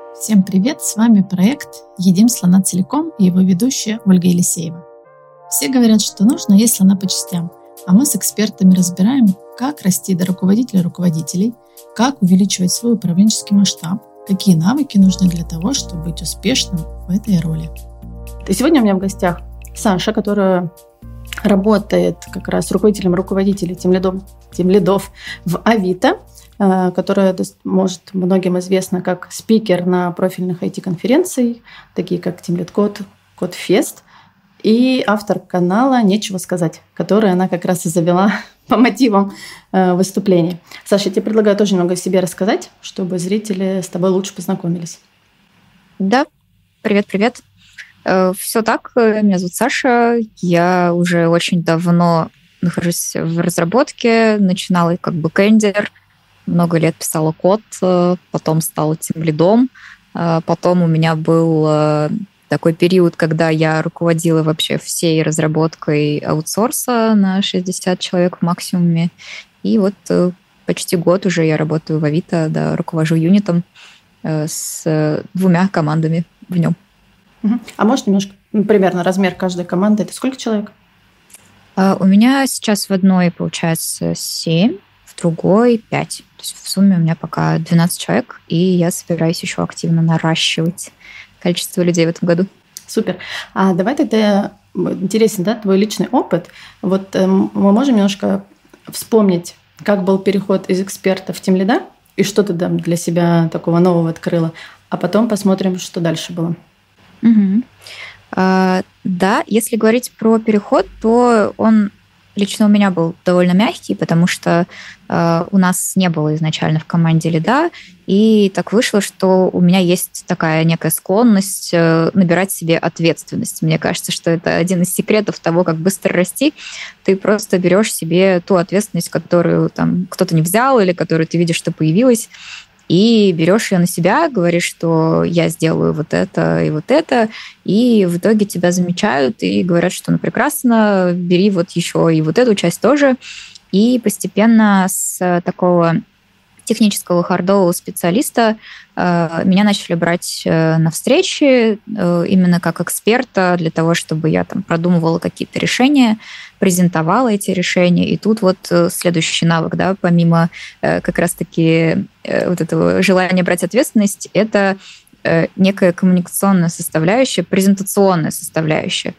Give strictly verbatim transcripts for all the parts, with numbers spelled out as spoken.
Всем привет! С вами проект «Едим слона целиком» и его ведущая Ольга Елисеева. Все говорят, что нужно есть слона по частям, а мы с экспертами разбираем, как расти до руководителя руководителей, как увеличивать свой управленческий масштаб, какие навыки нужны для того, чтобы быть успешным в этой роли. И сегодня у меня в гостях Саша, которая работает как раз руководителем руководителей тимлидов, тимлидов в Авито, которая может многим известна как спикер на профильных ай ти-конференциях, такие как TeamLead, CodeFest, и автор канала «Нечего сказать», который она как раз и завела по мотивам выступлений. Саша, я тебе предлагаю тоже немного о себе рассказать, чтобы зрители с тобой лучше познакомились. Да, привет-привет. Все так, меня зовут Саша, я уже очень давно нахожусь в разработке, начинала как бэкэндер, много лет писала код, потом стала тимлидом, потом у меня был такой период, когда я руководила вообще всей разработкой аутсорса на шестьдесят человек в максимуме, и вот почти год уже я работаю в Авито, да, руковожу юнитом с двумя командами в нем. А можешь немножко, примерно размер каждой команды, это сколько человек? У меня сейчас в одной, получается, семь, в другой пять. То есть в сумме у меня пока двенадцать человек, и я собираюсь еще активно наращивать количество людей в этом году. Супер. А давай тогда, интересен, да, твой личный опыт. Вот э, мы можем немножко вспомнить, как был переход из эксперта в тимлида, и что ты там для себя такого нового открыла, а потом посмотрим, что дальше было. Угу. А, да, если говорить про переход, то он лично у меня был довольно мягкий, потому что э, у нас не было изначально в команде лида, и так вышло, что у меня есть такая некая склонность э, набирать себе ответственность. Мне кажется, что это один из секретов того, как быстро расти. Ты просто берешь себе ту ответственность, которую там кто-то не взял или которую ты видишь, что появилась, и берешь ее на себя, говоришь, что я сделаю вот это и вот это, и в итоге тебя замечают и говорят, что ну прекрасно, бери вот еще и вот эту часть тоже. И постепенно с такого технического хардового специалиста э, меня начали брать э, на встречи э, именно как эксперта для того, чтобы я там продумывала какие-то решения, презентовала эти решения. И тут вот э, следующий навык, да, помимо э, как раз-таки э, вот этого желания брать ответственность, это э, некая коммуникационная составляющая, презентационная составляющая,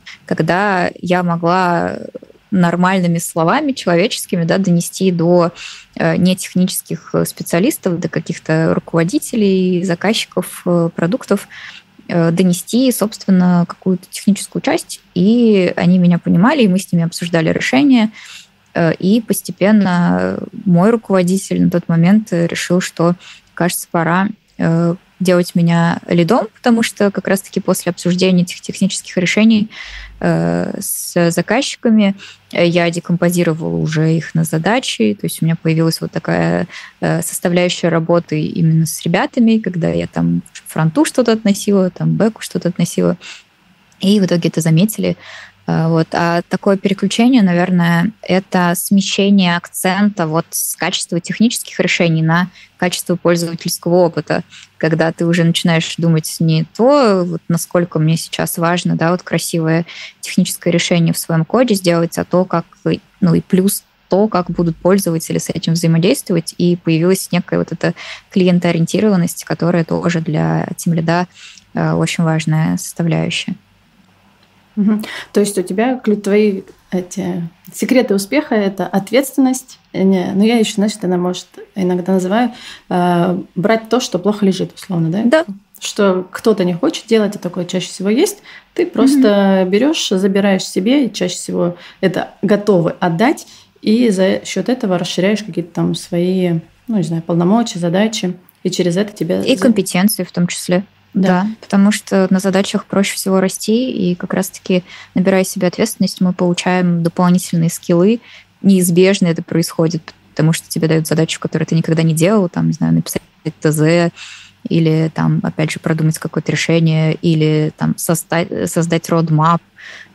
когда я могла нормальными словами, человеческими, да, донести до э, нетехнических специалистов, до каких-то руководителей, заказчиков э, продуктов, э, донести, собственно, какую-то техническую часть, и они меня понимали, и мы с ними обсуждали решения, э, и постепенно мой руководитель на тот момент решил, что, кажется, пора э, делать меня лидом, потому что как раз-таки после обсуждения этих технических решений э, с заказчиками я декомпозировала уже их на задачи, то есть у меня появилась вот такая э, составляющая работы именно с ребятами, когда я там фронту что-то относила, там бэку что-то относила, и в итоге это заметили. Вот. А такое переключение, наверное, это смещение акцента вот с качества технических решений на качество пользовательского опыта, когда ты уже начинаешь думать не то, вот насколько мне сейчас важно, да, вот красивое техническое решение в своем коде сделать, а то, как, ну и плюс то, как будут пользователи с этим взаимодействовать, и появилась некая вот эта клиентоориентированность, которая тоже для тимлида очень важная составляющая. Угу. То есть у тебя твои эти секреты успеха – это ответственность. Не, ну, я еще, значит, она может иногда называю э, брать то, что плохо лежит, условно, да? Да. Что кто-то не хочет делать, а такое чаще всего есть. Ты просто угу. берешь, забираешь себе, и чаще всего это готовы отдать, и за счет этого расширяешь какие-то там свои, ну, не знаю, полномочия, задачи, и через это тебя… И компетенции в том числе. Да. да, потому что на задачах проще всего расти, и как раз-таки, набирая себе ответственность, мы получаем дополнительные скиллы. Неизбежно это происходит, потому что тебе дают задачу, которую ты никогда не делал, там, не знаю, написать ТЗ, или там, опять же, продумать какое-то решение, или там создать, создать roadmap,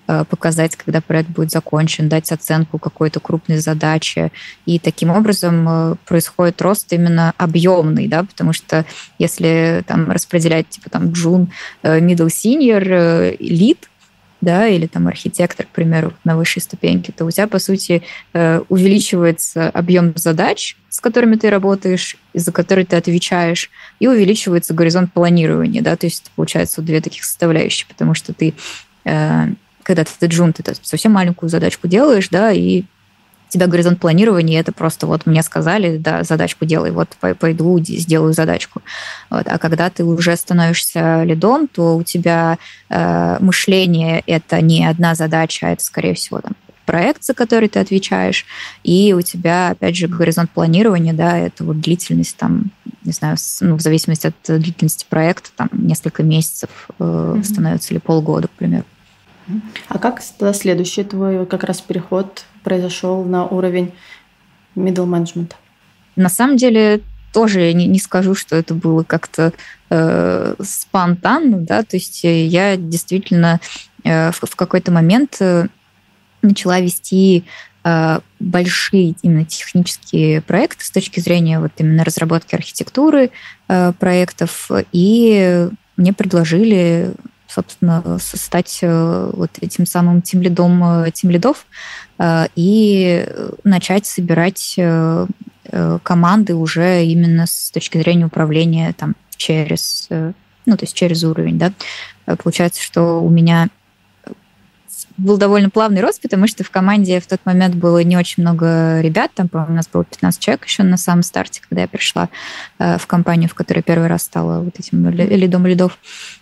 показать, когда проект будет закончен, дать оценку какой-то крупной задачи. И таким образом происходит рост именно объемный, да, потому что если там распределять типа там джун, middle, senior, lead, да, или там архитектор, к примеру, на высшей ступеньке, то у тебя, по сути, увеличивается объем задач, с которыми ты работаешь, за которые ты отвечаешь, и увеличивается горизонт планирования, да, то есть это получается две таких составляющие, потому что ты, когда ты джун, ты совсем маленькую задачку делаешь, да, и у тебя горизонт планирования, это просто вот мне сказали, да, задачку делай, вот пойду сделаю задачку. Вот. А когда ты уже становишься лидом, то у тебя э, мышление — это не одна задача, а это, скорее всего, там, проект, за который ты отвечаешь, и у тебя, опять же, горизонт планирования, да, это вот длительность, там, не знаю, с, ну, в зависимости от длительности проекта, там, несколько месяцев э, mm-hmm. становится, или полгода, к примеру. А как следующий твой как раз переход произошел на уровень middle management? На самом деле тоже не, не скажу, что это было как-то э, спонтанно, да, то есть я действительно э, в, в какой-то момент э, начала вести э, большие именно технические проекты с точки зрения вот именно разработки архитектуры э, проектов, и мне предложили, собственно, стать вот этим самым тимлидом тимлидов и начать собирать команды уже именно с точки зрения управления там через, ну, то есть через уровень, да. Получается, что у меня был довольно плавный рост, потому что в команде в тот момент было не очень много ребят, там, по-моему, у нас было пятнадцать человек еще на самом старте, когда я пришла в компанию, в которой первый раз стала вот этим лидом лидов.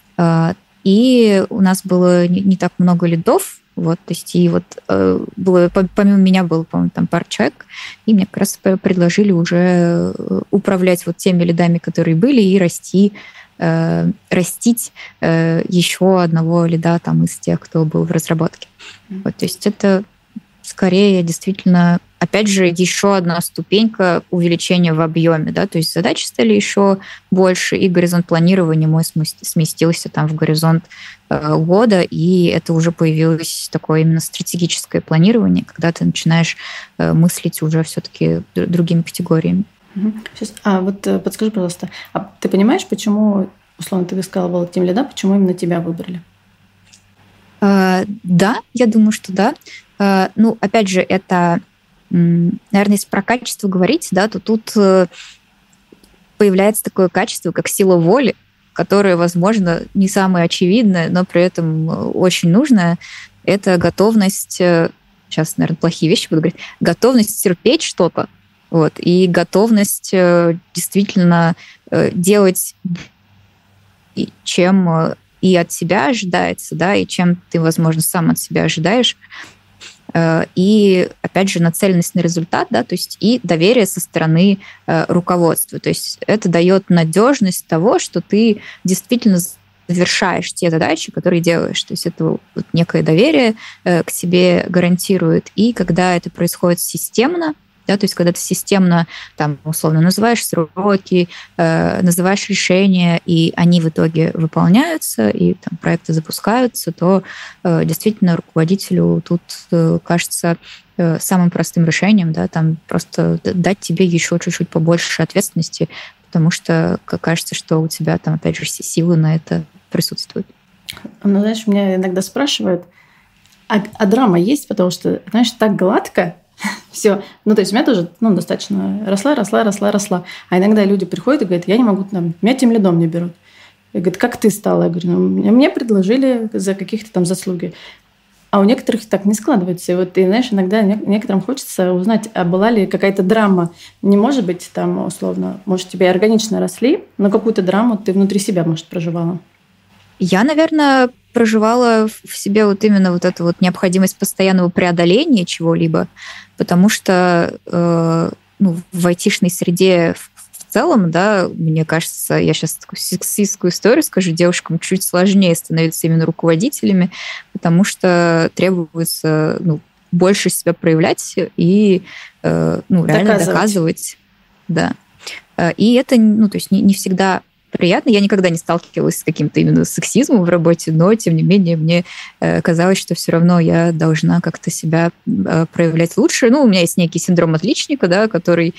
И у нас было не, не так много лидов, вот, то есть и вот э, было, помимо меня было, по-моему, там пара человек, и мне как раз предложили уже управлять вот теми лидами, которые были, и расти, э, растить э, еще одного лида там из тех, кто был в разработке. Mm-hmm. Вот, то есть это скорее действительно, опять же, еще одна ступенька увеличения в объеме, да, то есть задачи стали еще больше, и горизонт планирования мой сместился там в горизонт э, года, и это уже появилось такое именно стратегическое планирование, когда ты начинаешь э, мыслить уже все-таки другими категориями. Сейчас, а вот подскажи, пожалуйста, а ты понимаешь, почему, условно, ты сказала, был тимлида, почему именно тебя выбрали? Э, да, я думаю, что да. Э, ну, опять же, это... Наверное, если про качество говорить, да, то тут появляется такое качество, как сила воли, которое, возможно, не самое очевидное, но при этом очень нужное. Это готовность, сейчас, наверное, плохие вещи буду говорить, готовность терпеть что-то, вот, и готовность действительно делать, чем и от себя ожидается, да, и чем ты, возможно, сам от себя ожидаешь. И, опять же, нацеленность на результат, да, то есть и доверие со стороны э, руководства. То есть это дает надежность того, что ты действительно завершаешь те задачи, которые делаешь. То есть это вот некое доверие э, к себе гарантирует. И когда это происходит системно, да, то есть когда ты системно, там, условно, называешь сроки, э, называешь решения, и они в итоге выполняются, и там, проекты запускаются, то э, действительно руководителю тут э, кажется э, самым простым решением, да, там просто дать тебе еще чуть-чуть побольше ответственности, потому что кажется, что у тебя там, опять же, силы на это присутствуют. Ну, знаешь, меня иногда спрашивают, а, а драма есть? Потому что, знаешь, так гладко, все. Ну, то есть у меня тоже, ну, достаточно росла, росла, росла, росла. А иногда люди приходят и говорят, я не могу, там, меня тимлидом не берут. Я говорю, как ты стала? Я говорю, ну, мне предложили за каких-то там заслуги. А у некоторых так не складывается. И вот, ты знаешь, иногда некоторым хочется узнать, а была ли какая-то драма. Не может быть, там, условно, может, тебя органично росли, но какую-то драму ты внутри себя, может, проживала. Я, наверное, проживала в себе вот именно вот эту вот необходимость постоянного преодоления чего-либо, потому что э, ну, в айтишной среде в, в целом, да, мне кажется, я сейчас такую сексистскую историю скажу, девушкам чуть сложнее становиться именно руководителями, потому что требуется, ну, больше себя проявлять и э, ну, реально доказывать. доказывать. Да. И это, ну, то есть не, не всегда приятно. Я никогда не сталкивалась с каким-то именно сексизмом в работе, но, тем не менее, мне казалось, что все равно я должна как-то себя проявлять лучше. Ну, у меня есть некий синдром отличника, да, который,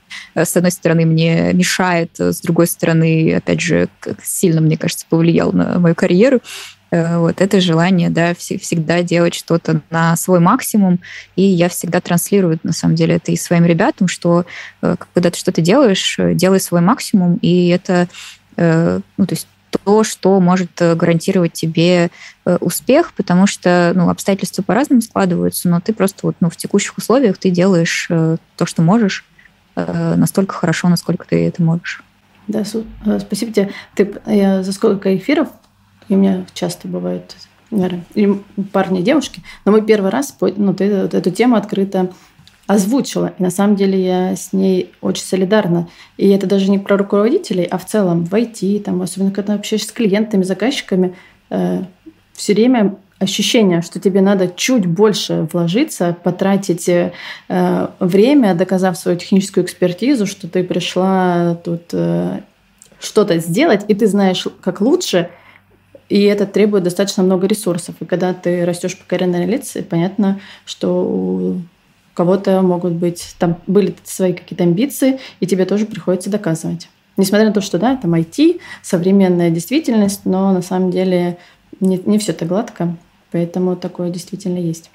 с одной стороны, мне мешает, с другой стороны, опять же, сильно, мне кажется, повлиял на мою карьеру. Вот это желание, да, всегда делать что-то на свой максимум, и я всегда транслирую, на самом деле, это и своим ребятам, что когда ты что-то делаешь, делай свой максимум, и это, ну, то есть то, что может гарантировать тебе успех, потому что, ну, обстоятельства по-разному складываются, но ты просто вот, ну, в текущих условиях ты делаешь то, что можешь, настолько хорошо, насколько ты это можешь. Да, спасибо тебе. Ты, я за сколько эфиров, и у меня часто бывают, наверное, и парни, и девушки, но мы первый раз, ну, ты эту тему открыто озвучила, и на самом деле я с ней очень солидарна. И это даже не про руководителей, а в целом в ай ти, там, особенно когда общаешься с клиентами, заказчиками, э, все время ощущение, что тебе надо чуть больше вложиться, потратить э, время, доказав свою техническую экспертизу, что ты пришла тут э, что-то сделать, и ты знаешь, как лучше. И это требует достаточно много ресурсов. И когда ты растешь по карьерной лестнице, понятно, что у кого-то могут быть, там были свои какие-то амбиции, и тебе тоже приходится доказывать. Несмотря на то, что да, там ай ти, современная действительность, но на самом деле не, не все так гладко, поэтому такое действительно есть.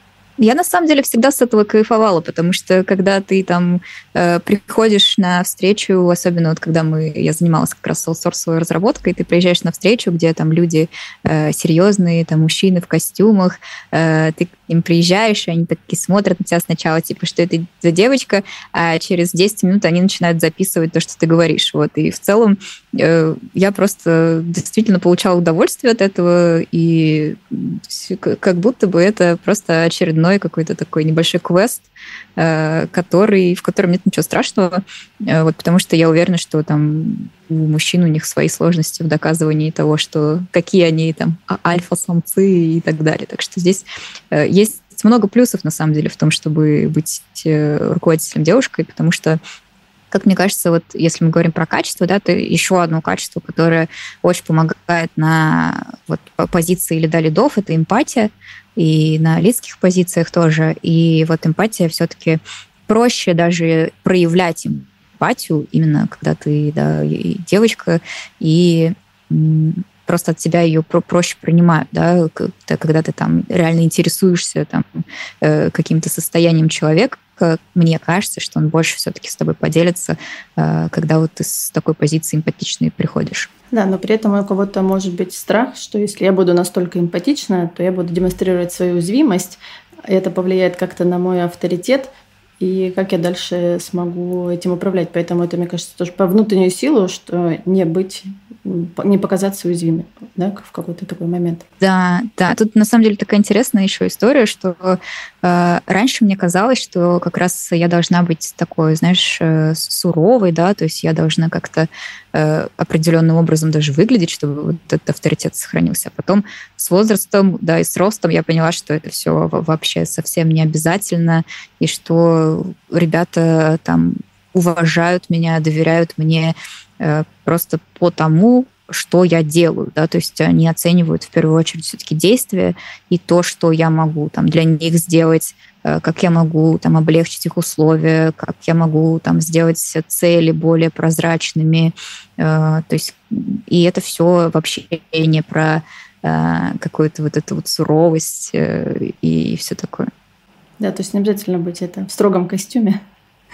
Я, на самом деле, всегда с этого кайфовала, потому что, когда ты там э, приходишь на встречу, особенно вот когда мы, я занималась как раз аутсорсовой разработкой, ты приезжаешь на встречу, где там люди э, серьезные, там мужчины в костюмах, э, ты к ним приезжаешь, и они такие смотрят на тебя сначала, типа, что это за девочка, а через десять минут они начинают записывать то, что ты говоришь. Вот. И в целом э, я просто действительно получала удовольствие от этого, и как будто бы это просто очередной какой-то такой небольшой квест, который, в котором нет ничего страшного, вот, потому что я уверена, что там у мужчин у них свои сложности в доказывании того, что какие они там альфа-самцы и так далее. Так что здесь есть много плюсов, на самом деле, в том, чтобы быть руководителем девушкой, потому что, как мне кажется, вот если мы говорим про качество, да, то еще одно качество, которое очень помогает на вот, позиции лида-лидов, это эмпатия, и на лидских позициях тоже. И вот эмпатия все-таки проще даже проявлять эмпатию, именно когда ты, да, девочка, и просто от тебя ее проще принимают, да, когда ты там реально интересуешься там, каким-то состоянием человека. Мне кажется, что он больше все-таки с тобой поделится, когда вот ты с такой позиции эмпатичной приходишь. Да, но при этом у кого-то может быть страх, что если я буду настолько эмпатична, то я буду демонстрировать свою уязвимость, и это повлияет как-то на мой авторитет, и как я дальше смогу этим управлять. Поэтому это, мне кажется, тоже по внутреннюю силу, что не быть, не показаться уязвимой, да, в какой-то такой момент. Да, да. Тут на самом деле такая интересная еще история, что э, раньше мне казалось, что как раз я должна быть такой, знаешь, э, суровой, да, то есть я должна как-то э, определенным образом даже выглядеть, чтобы вот этот авторитет сохранился. А потом с возрастом, да, и с ростом я поняла, что это все вообще совсем не обязательно, и что ребята там уважают меня, доверяют мне э, просто по тому, что я делаю, да, то есть они оценивают в первую очередь все-таки действия и то, что я могу там для них сделать, э, как я могу там облегчить их условия, как я могу там сделать цели более прозрачными, э, то есть и это все вообще не про э, какую-то вот эту вот суровость э, и все такое. Да, то есть не обязательно быть это в строгом костюме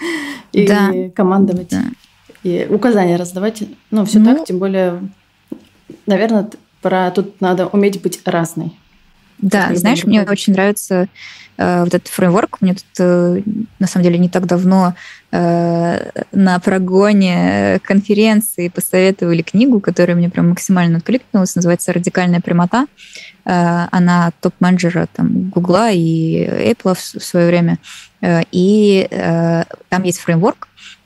и да. командовать, да. И указания раздавать. Ну, все ну, так, тем более, наверное, про тут надо уметь быть разной. Да, знаешь, мне очень нравится э, вот этот фреймворк. Мне тут, э, на самом деле, не так давно э, на прогоне конференции посоветовали книгу, которая мне прям максимально откликнулась. Называется «Радикальная прямота». Э, она топ-менеджера там, Гугла и Apple в, в свое время. Э, и э, там есть фреймворк,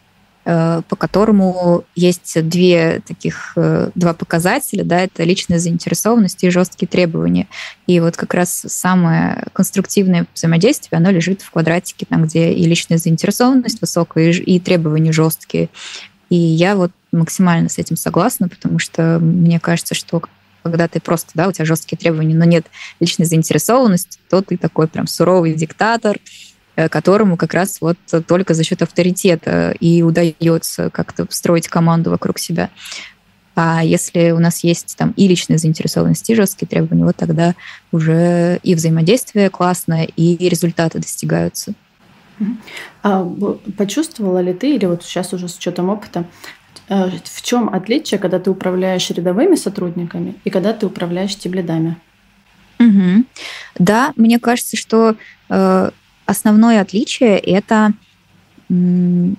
по которому есть две таких, два показателя, да, это личная заинтересованность и жесткие требования. И вот как раз самое конструктивное взаимодействие, оно лежит в квадратике, там, где и личная заинтересованность высокая, и требования жесткие. И я вот максимально с этим согласна, потому что мне кажется, что когда ты просто, да, у тебя жесткие требования, но нет личной заинтересованности, то ты такой прям суровый диктатор, которому как раз вот только за счет авторитета и удается как-то строить команду вокруг себя. А если у нас есть там и личная заинтересованность, и жесткие требования, вот тогда уже и взаимодействие классное, и результаты достигаются. А почувствовала ли ты, или вот сейчас уже с учетом опыта, в чем отличие, когда ты управляешь рядовыми сотрудниками и когда ты управляешь тимлидами? Угу. Да, мне кажется, что э, основное отличие — это м,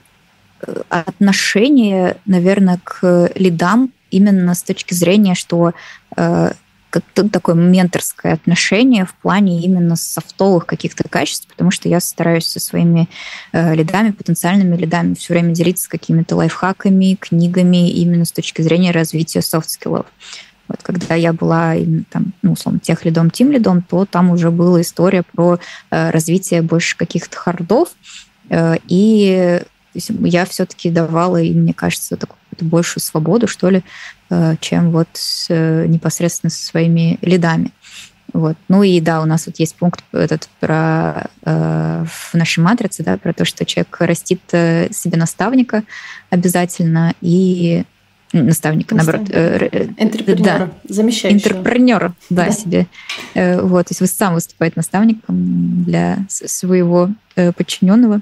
отношение, наверное, к лидам именно с точки зрения, что э, такое менторское отношение в плане именно софтовых каких-то качеств, потому что я стараюсь со своими э, лидами, потенциальными лидами все время делиться какими-то лайфхаками, книгами именно с точки зрения развития софт-скиллов. Вот когда я была именно там, ну, условно, тех лидом, тим лидом, то там уже была история про э, развитие больше каких-то хардов, э, и я все-таки давала им, мне кажется, такую большую свободу, что ли, чем вот с, непосредственно со своими лидами. Вот. Ну и да, у нас вот есть пункт этот про э, в нашей матрице, да, про то, что человек растит себе наставника обязательно и наставника, наоборот. Э, Интерпренера, да, замещающего. Интерпренера, да, да. себе. Э, вот, то есть сам выступает наставником для своего э, подчиненного.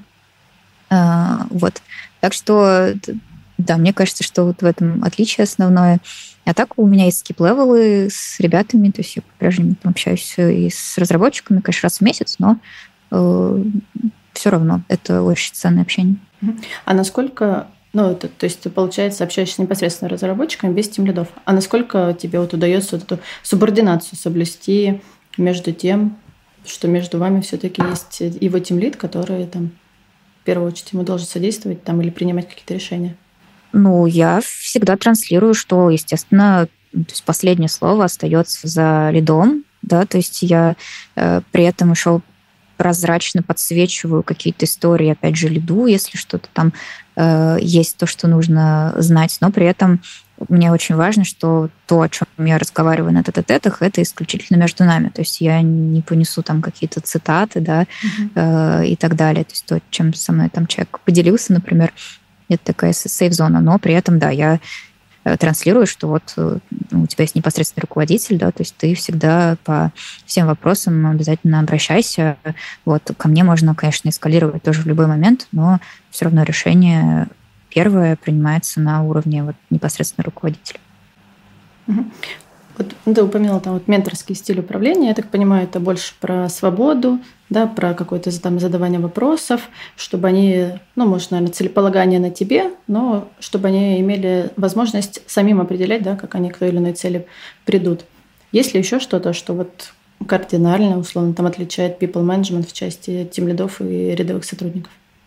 Э, вот. Так что да, мне кажется, что вот в этом отличие основное. А так у меня есть скип-левелы с ребятами, то есть я по-прежнему общаюсь и с разработчиками, конечно, раз в месяц, но э, все равно это очень ценное общение. А насколько, ну, это, то есть ты, получается, общаешься непосредственно с разработчиками без тимлидов, а насколько тебе вот удается вот эту субординацию соблюсти между тем, что между вами все-таки есть его тимлид, который там в первую очередь ему должен содействовать там или принимать какие-то решения? Ну, я всегда транслирую, что, естественно, то есть последнее слово остается за лидом, да, то есть я э, при этом еще прозрачно подсвечиваю какие-то истории, опять же, лиду, если что-то там э, есть, то, что нужно знать, но при этом мне очень важно, что то, о чем я разговариваю на тет-а-тетах, это исключительно между нами, то есть я не понесу там какие-то цитаты, да, mm-hmm. э, и так далее, то есть то, чем со мной там человек поделился, например, это такая сейф-зона, но при этом, да, я транслирую, что вот ну, у тебя есть непосредственный руководитель, да, то есть ты всегда по всем вопросам обязательно обращайся. Вот, ко мне можно, конечно, эскалировать тоже в любой момент, но все равно решение первое принимается на уровне вот, непосредственно руководителя. Угу. Вот ты упомянула там вот менторский стиль управления. Я так понимаю, это больше про свободу, да, про какое-то там задавание вопросов, чтобы они, ну, может, наверное, целеполагание на тебе, но чтобы они имели возможность самим определять, да, как они к той или иной цели придут. Есть ли еще что-то, что вот кардинально, условно, там отличает people management в части тимлидов и рядовых сотрудников?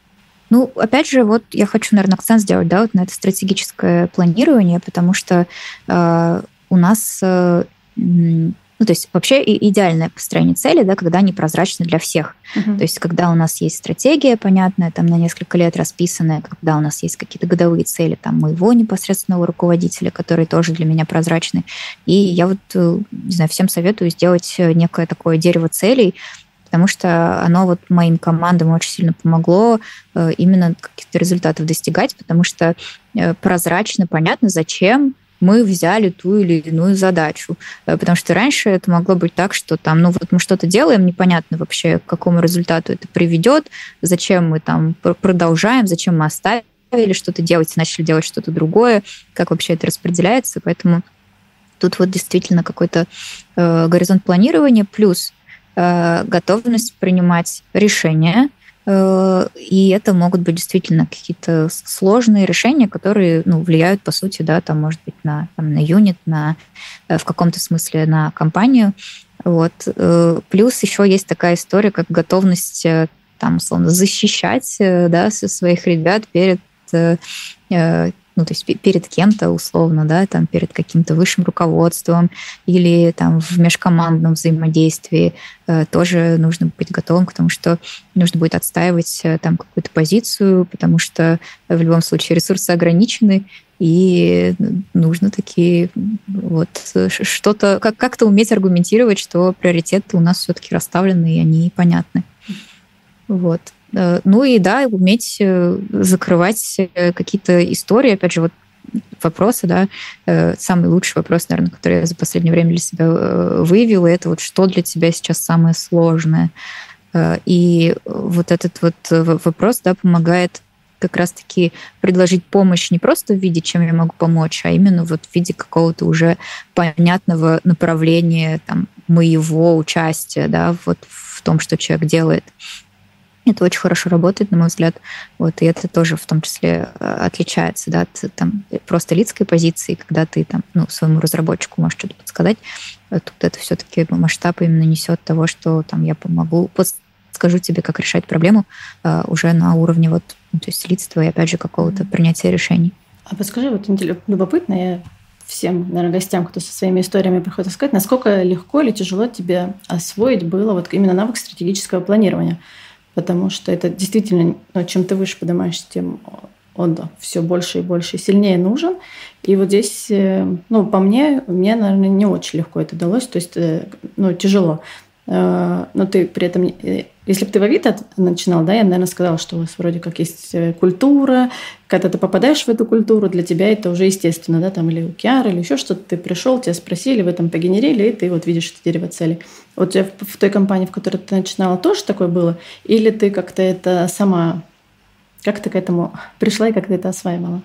Ну, опять же, вот я хочу, наверное, акцент сделать, да, вот на это стратегическое планирование, потому что э, у нас, э, ну, то есть вообще идеальное построение цели, да, когда они прозрачны для всех. Uh-huh. То есть когда у нас есть стратегия понятная, там на несколько лет расписанная, когда у нас есть какие-то годовые цели там моего непосредственного руководителя, которые тоже для меня прозрачны. И я вот, не знаю, всем советую сделать некое такое дерево целей, потому что оно вот моим командам очень сильно помогло именно каких-то результатов достигать, потому что прозрачно понятно, зачем мы взяли ту или иную задачу. Потому что раньше это могло быть так, что там, ну вот мы что-то делаем, непонятно вообще, к какому результату это приведет, зачем мы там продолжаем, зачем мы оставили что-то делать, начали делать что-то другое, как вообще это распределяется. Поэтому тут вот действительно какой-то э, горизонт планирования плюс э, готовность принимать решения. И это могут быть действительно какие-то сложные решения, которые, ну, влияют, по сути, да, там, может быть, на, там, на юнит, на, в каком-то смысле на компанию. Вот. Плюс еще есть такая история, как готовность там, условно, защищать, да, своих ребят перед ну, то есть перед кем-то условно, да, там перед каким-то высшим руководством или там в межкомандном взаимодействии, тоже нужно быть готовым к тому, что нужно будет отстаивать там какую-то позицию, потому что в любом случае ресурсы ограничены, и нужно такие вот что-то, как- как-то уметь аргументировать, что приоритеты у нас все-таки расставлены, и они понятны. Вот. Ну и да, уметь закрывать какие-то истории, опять же, вот вопросы, да, самый лучший вопрос, наверное, который я за последнее время для себя выявила, это вот что для тебя сейчас самое сложное. И вот этот вот вопрос, да, помогает как раз-таки предложить помощь не просто в виде, чем я могу помочь, а именно вот в виде какого-то уже понятного направления там, моего участия, да, вот в том, что человек делает. Это очень хорошо работает, на мой взгляд. Вот, и это тоже в том числе отличается, да, от там, просто лидской позиции, когда ты там, ну, своему разработчику можешь что-то подсказать. Тут это все-таки масштаб именно несет того, что там, я помогу, подскажу тебе, как решать проблему уже на уровне вот, ну, то есть лидства и, опять же, какого-то принятия решений. А подскажи, вот любопытно, я всем, наверное, гостям, кто со своими историями приходит, сказать, насколько легко или тяжело тебе освоить было вот именно навык стратегического планирования? Потому что это действительно, ну, чем ты выше поднимаешься, тем он да, все больше и больше и сильнее нужен. И вот здесь, ну, по мне, мне, наверное, не очень легко это далось, то есть, ну, тяжело. Но ты при этом, если бы ты в Авито начинал, да, я, наверное, сказала, что у вас вроде как есть культура, когда ты попадаешь в эту культуру, для тебя это уже естественно, да, там или океар, или еще что-то, ты пришел, тебя спросили, вы там погенерили, и ты вот видишь это дерево целей. Вот у тебя в, в той компании, в которой ты начинала, тоже такое было? Или ты как-то это сама, как ты к этому пришла и как ты это осваивала?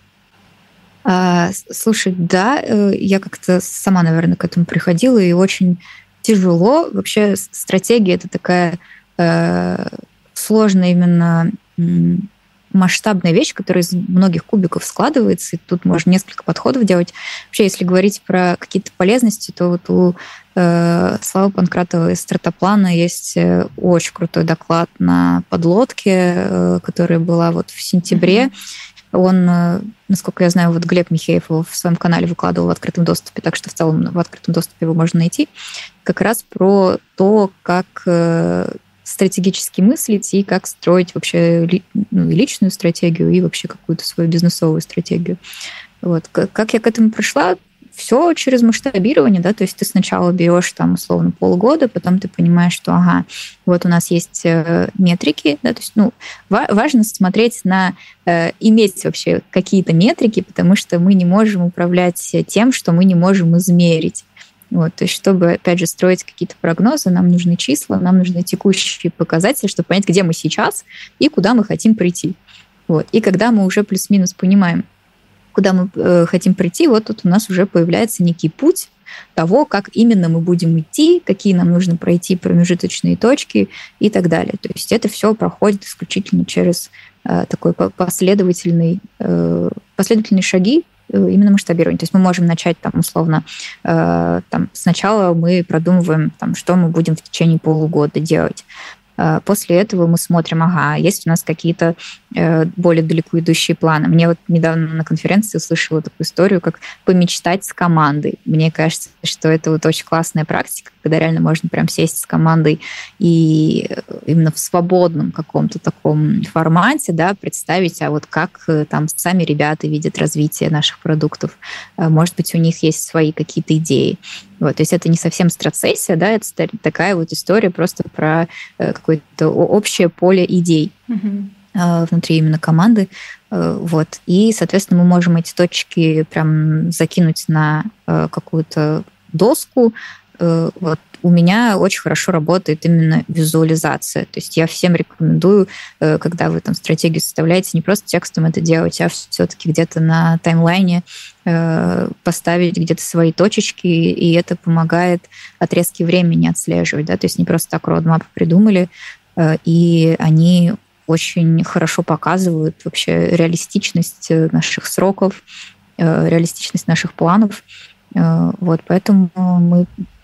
А, слушай, да, я как-то сама, наверное, к этому приходила, и очень тяжело. Вообще стратегия — это такая э, сложная именно м, масштабная вещь, которая из многих кубиков складывается, и тут можно несколько подходов делать. Вообще, если говорить про какие-то полезности, то вот у э, Славы Панкратова из стратоплана есть очень крутой доклад на подлодке, э, которая была вот в сентябре. Mm-hmm. Он, насколько я знаю, вот Глеб Михеев его в своем канале выкладывал в открытом доступе, так что в целом в открытом доступе его можно найти, как раз про то, как стратегически мыслить и как строить вообще, ну, и личную стратегию, и вообще какую-то свою бизнесовую стратегию. Вот. Как я к этому пришла? Все через масштабирование, да, то есть ты сначала берешь там условно полгода, потом ты понимаешь, что ага, вот у нас есть метрики, да, то есть, ну, важно смотреть на, э, иметь вообще какие-то метрики, потому что мы не можем управлять тем, что мы не можем измерить. Вот, то есть, чтобы, опять же, строить какие-то прогнозы, нам нужны числа, нам нужны текущие показатели, чтобы понять, где мы сейчас и куда мы хотим прийти. Вот. И когда мы уже плюс-минус понимаем, куда мы э, хотим прийти, вот тут у нас уже появляется некий путь того, как именно мы будем идти, какие нам нужно пройти промежуточные точки и так далее. То есть это все проходит исключительно через э, такой последовательный, э, последовательные шаги э, именно масштабирования. То есть мы можем начать там условно, э, там, сначала мы продумываем, там, что мы будем в течение полугода делать. После этого мы смотрим, ага, есть у нас какие-то э, более далеко идущие планы. Мне вот недавно на конференции услышала такую историю, как помечтать с командой. Мне кажется, что это вот очень классная практика, когда реально можно прям сесть с командой и именно в свободном каком-то таком формате, да, представить, а вот как там сами ребята видят развитие наших продуктов. Может быть, у них есть свои какие-то идеи. Вот, то есть это не совсем стратсессия, да, это такая вот история просто про какое-то общее поле идей mm-hmm. внутри именно команды. Вот. И, соответственно, мы можем эти точки прям закинуть на какую-то доску. Вот. У меня очень хорошо работает именно визуализация. То есть я всем рекомендую, когда вы там стратегию составляете, не просто текстом это делать, а все-таки где-то на таймлайне поставить где-то свои точечки, и это помогает отрезки времени отслеживать. Да? То есть не просто так родмапы придумали, и они очень хорошо показывают вообще реалистичность наших сроков, реалистичность наших планов. Вот, поэтому мы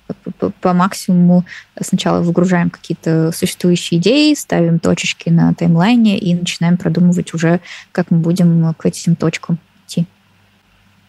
по максимуму сначала выгружаем какие-то существующие идеи, ставим точечки на таймлайне и начинаем продумывать уже, как мы будем к этим точкам идти.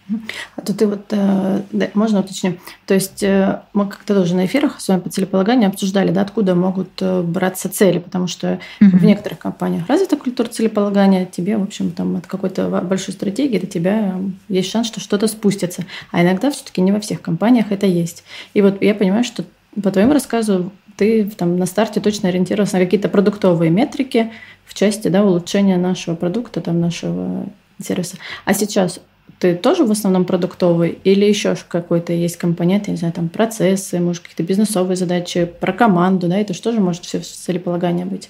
А то ты вот, да, можно уточню? То есть мы как-то тоже на эфирах, особенно по целеполаганию, обсуждали, да, откуда могут браться цели, потому что mm-hmm. в некоторых компаниях развита культура целеполагания, тебе, в общем, там от какой-то большой стратегии до тебя есть шанс, что что-то спустится. А иногда все-таки не во всех компаниях это есть. И вот я понимаю, что по твоему рассказу ты там на старте точно ориентировался на какие-то продуктовые метрики в части, да, улучшения нашего продукта, там, нашего сервиса. А сейчас ты тоже в основном продуктовый или еще какой-то есть компонент, я не знаю, там процессы, может, какие-то бизнесовые задачи, про команду, да, это что же может все целеполагание быть?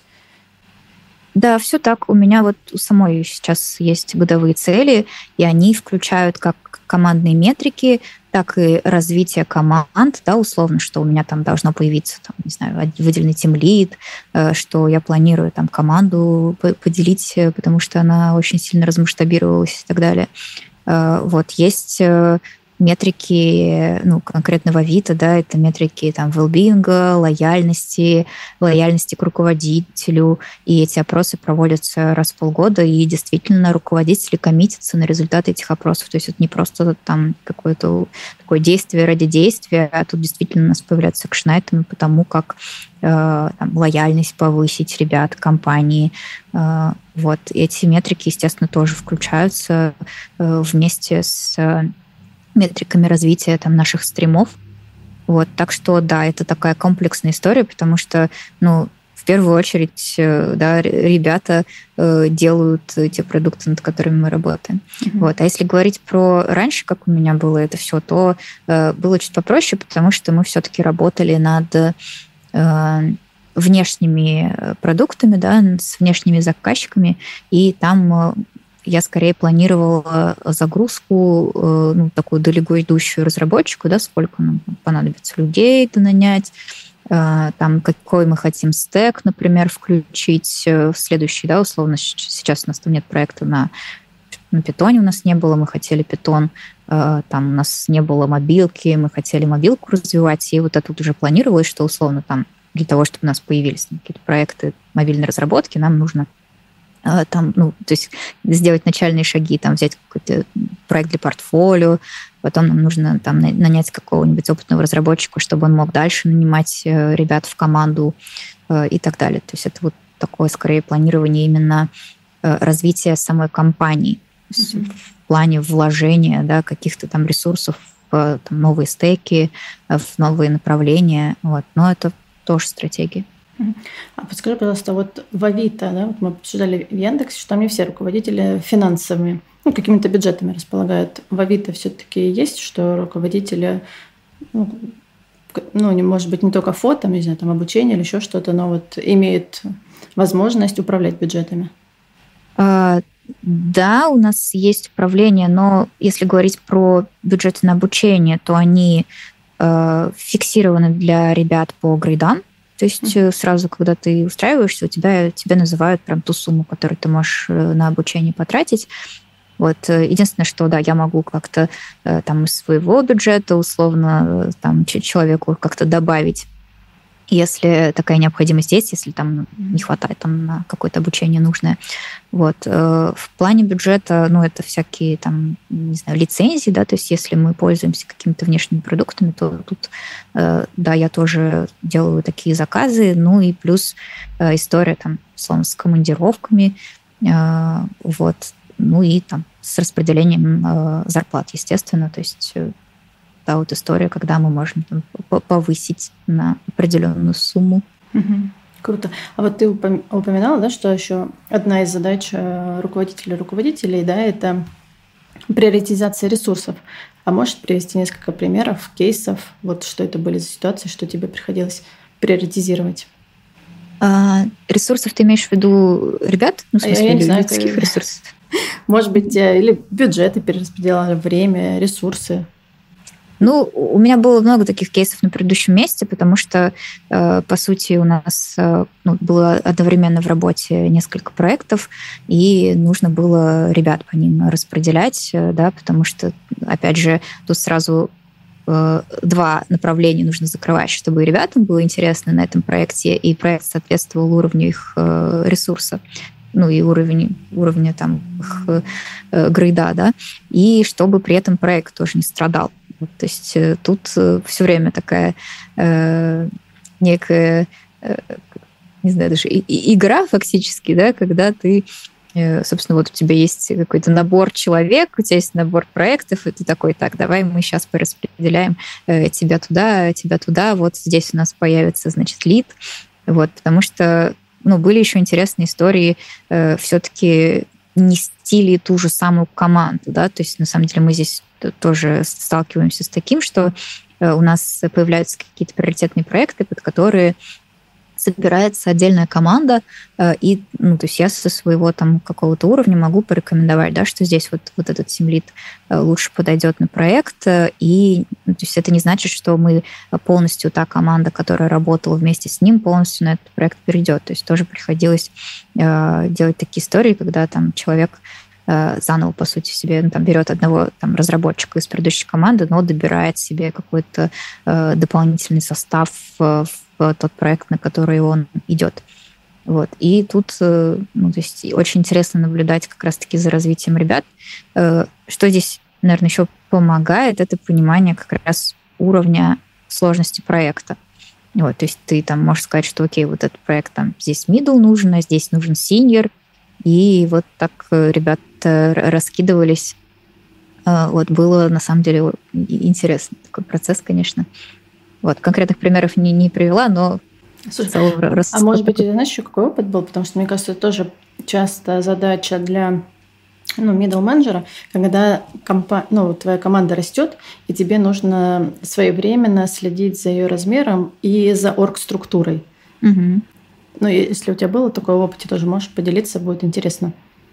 Да, все так. У меня вот у самой сейчас есть годовые цели, и они включают как командные метрики, так и развитие команд, да, условно, что у меня там должно появиться, там, не знаю, выделенный тимлид, что я планирую там команду поделить, потому что она очень сильно размасштабировалась и так далее. Вот, есть метрики, ну, конкретно в Авито, да, это метрики там well-being, лояльности, лояльности к руководителю, и эти опросы проводятся раз в полгода, и действительно руководители коммитятся на результаты этих опросов, то есть это не просто там какое-то такое действие ради действия, а тут действительно у нас появляются экшн-айтемы по тому, как э, там, лояльность повысить ребят компании. Э, вот, эти метрики, естественно, тоже включаются э, вместе с метриками развития там, наших стримов. Вот, так что, да, это такая комплексная история, потому что, ну, в первую очередь, да, ребята э, делают те продукты, над которыми мы работаем. Mm-hmm. Вот. А если говорить про раньше, как у меня было это все, то э, было чуть попроще, потому что мы все-таки работали над э, внешними продуктами, да, с внешними заказчиками, и там я скорее планировала загрузку, ну, такую далеко идущую разработчику, да, сколько нам понадобится людей нанять, там, какой мы хотим стэк, например, включить в следующий, да, условно, сейчас у нас там нет проекта на, на питоне, у нас не было, мы хотели питон, там у нас не было мобилки, мы хотели мобилку развивать, и вот это вот уже планировалось, что, условно, там, для того, чтобы у нас появились какие-то проекты мобильной разработки, нам нужно там, ну, то есть сделать начальные шаги, там, взять какой-то проект для портфолио, потом нам нужно там нанять какого-нибудь опытного разработчика, чтобы он мог дальше нанимать ребят в команду и так далее. То есть это вот такое, скорее, планирование именно развития самой компании, mm-hmm. в плане вложения, да, каких-то там ресурсов в там, новые стеки, в новые направления. Вот. Но это тоже стратегия. А подскажи, пожалуйста, вот в Авито, да, вот мы обсуждали в Яндексе, что там не все руководители финансовыми, ну, какими-то бюджетами располагают. В Авито все-таки есть, что руководители, ну, ну, не, может быть, не только фото, не знаю, там, обучение или еще что-то, но вот имеют возможность управлять бюджетами? А, да, у нас есть управление, но если говорить про бюджеты на обучение, то они э, фиксированы для ребят по грейдам. То есть mm-hmm. сразу, когда ты устраиваешься, у тебя тебя называют прям ту сумму, которую ты можешь на обучение потратить. Вот. Единственное, что, да, я могу как-то там из своего бюджета условно там, человеку как-то добавить, если такая необходимость есть, если там не хватает там, на какое-то обучение нужное. Вот. В плане бюджета, ну, это всякие там, не знаю, лицензии, да, то есть если мы пользуемся какими-то внешними продуктами, то тут, да, я тоже делаю такие заказы, ну и плюс история там, условно, с командировками, вот, ну и там с распределением зарплат, естественно, то есть да, вот история, когда мы можем там, повысить на определенную сумму. Угу. Круто. А вот ты упоминала, да, что еще одна из задач руководителей руководителей, да, это приоритизация ресурсов. А можешь привести несколько примеров, кейсов, вот что это были за ситуации, что тебе приходилось приоритизировать? А, ресурсов ты имеешь в виду ребят? Ну, в смысле, я не знаю, людских ресурсов? Может быть, или бюджеты перераспределения, время, ресурсы. Ну, у меня было много таких кейсов на предыдущем месте, потому что, э, по сути, у нас э, ну, было одновременно в работе несколько проектов, и нужно было ребят по ним распределять, э, да, потому что, опять же, тут сразу э, два направления нужно закрывать, чтобы ребятам было интересно на этом проекте, и проект соответствовал уровню их э, ресурса. ну и уровень, уровня там их э, грейда, да, и чтобы при этом проект тоже не страдал. Вот, то есть э, тут э, все время такая э, некая, э, не знаю, даже и, и игра фактически, да, когда ты, э, собственно, вот у тебя есть какой-то набор человек, у тебя есть набор проектов, и ты такой, так, давай мы сейчас пораспределяем э, тебя туда, тебя туда, вот здесь у нас появится, значит, лид, вот, потому что, ну, были еще интересные истории э, все-таки нести ли ту же самую команду, да, то есть на самом деле мы здесь тоже сталкиваемся с таким, что у нас появляются какие-то приоритетные проекты, под которые собирается отдельная команда, и, ну, то есть я со своего там какого-то уровня могу порекомендовать, да, что здесь вот, вот этот тимлид лучше подойдет на проект, и, ну, то есть это не значит, что мы полностью, та команда, которая работала вместе с ним, полностью на этот проект перейдет. То есть тоже приходилось э, делать такие истории, когда там человек э, заново, по сути, себе, ну, там, берет одного там разработчика из предыдущей команды, но добирает себе какой-то э, дополнительный состав в тот проект, на который он идет. Вот. И тут, ну, то есть очень интересно наблюдать как раз-таки за развитием ребят. Что здесь, наверное, еще помогает, это понимание как раз уровня сложности проекта. Вот. То есть ты там можешь сказать, что окей, вот этот проект, там, здесь middle нужен, а здесь нужен senior. И вот так ребята раскидывались. Вот. Было, на самом деле, интересный такой процесс, конечно. Вот, конкретных примеров не, не привела, но... Слушай, раз... А может быть, знаешь, еще какой опыт был? Потому что, мне кажется, это тоже часто задача для, ну, middle менеджера, когда компа... ну, твоя команда растет, и тебе нужно своевременно следить за ее размером и за оргструктурой. Угу. Ну, если у тебя было такое в опыте, тоже можешь поделиться, будет интересно.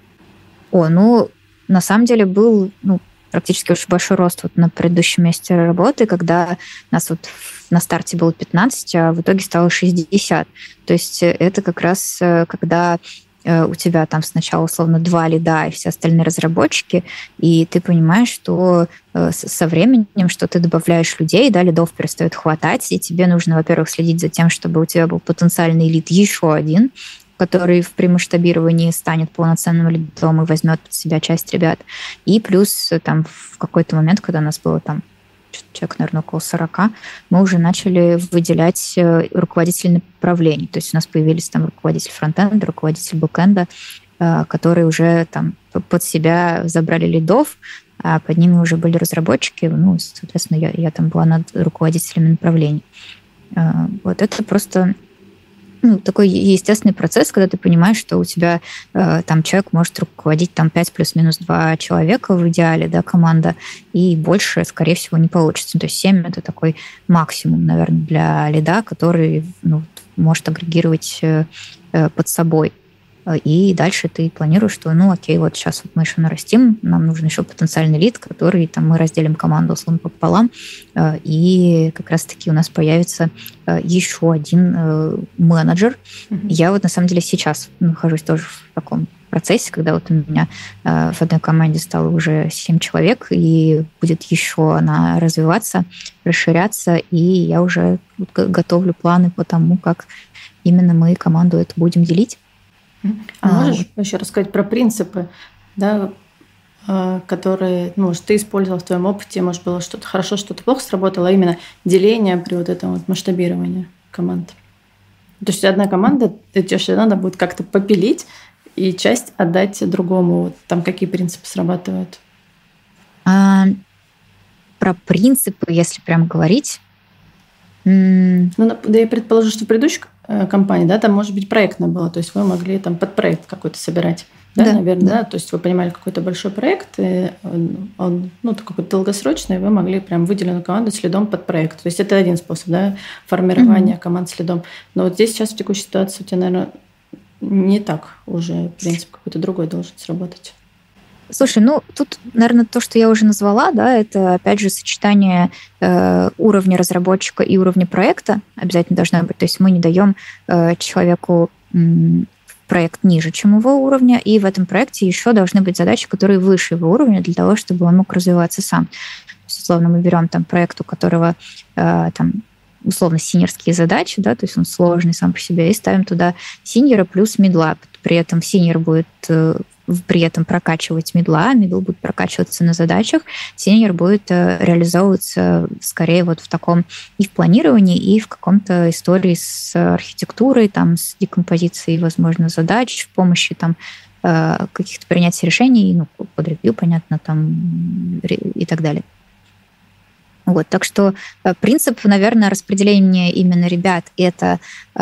О, ну, на самом деле был, ну, практически очень большой рост вот на предыдущем месте работы, когда нас вот на старте было пятнадцать, а в итоге стало шестьдесят. То есть это как раз когда у тебя там сначала условно два лида и все остальные разработчики, и ты понимаешь, что со временем, что ты добавляешь людей, да, лидов перестает хватать, и тебе нужно, во-первых, следить за тем, чтобы у тебя был потенциальный лид еще один, который в при масштабировании станет полноценным лидом и возьмет под себя часть ребят. И плюс там в какой-то момент, когда у нас было там человек, наверное, около сорока, мы уже начали выделять руководителей направлений. То есть у нас появились там руководитель фронтенда, руководитель бэкенда, которые уже там под себя забрали лидов, а под ними уже были разработчики. Ну, соответственно, я, я там была над руководителями направлений. Вот это просто... Ну, такой естественный процесс, когда ты понимаешь, что у тебя э, там человек может руководить там пять плюс-минус два человека в идеале, да, команда, и больше, скорее всего, не получится. То есть семь — это такой максимум, наверное, для лида, который, ну, может агрегировать э, под собой. И дальше ты планируешь, что, ну, окей, вот сейчас вот мы еще нарастим, нам нужен еще потенциальный лид, который там мы разделим команду условно пополам, и как раз-таки у нас появится еще один менеджер. Mm-hmm. Я вот на самом деле сейчас нахожусь тоже в таком процессе, когда вот у меня в одной команде стало уже семь человек, и будет еще она развиваться, расширяться, и я уже готовлю планы по тому, как именно мы команду эту будем делить. А можешь а, еще рассказать про принципы, да, которые, ну, может, ты использовал в твоем опыте, может, было что-то хорошо, что-то плохо сработало, а именно деление при вот этом вот масштабировании команд? То есть одна команда, тебе же надо будет как-то попилить и часть отдать другому. Вот там какие принципы срабатывают? А, про принципы, если прям говорить... Ну, да, я предположу, что в предыдущей компании, да, там, может быть, проектное было, то есть вы могли там под проект какой-то собирать, да, да, наверное, да. да, то есть вы понимали какой-то большой проект, и он, он ну, какой-то долгосрочный, и вы могли прям выделенную команду с лидом под проект. То есть это один способ, да, формирования mm-hmm. команд с лидом. Но вот здесь сейчас в текущей ситуации у тебя, наверное, не так уже принцип какой-то другой должен сработать. Слушай, ну тут, наверное, то, что я уже назвала, да, это, опять же, сочетание э, уровня разработчика и уровня проекта обязательно должно быть. То есть мы не даем э, человеку э, проект ниже, чем его уровня, и в этом проекте еще должны быть задачи, которые выше его уровня, для того, чтобы он мог развиваться сам. То есть, условно, мы берем там проект, у которого э, там условно синьорские задачи, да, то есть он сложный сам по себе, и ставим туда синьора плюс мидла. При этом синьор будет при этом прокачивать мидла, мидл будет прокачиваться на задачах, синьор будет реализовываться скорее вот в таком и в планировании, и в каком-то истории с архитектурой, там, с декомпозицией, возможно, задач, в помощи там каких-то принятий решений, ну, под ревью, понятно, там, и так далее. Вот, так что принцип, наверное, распределения именно ребят — это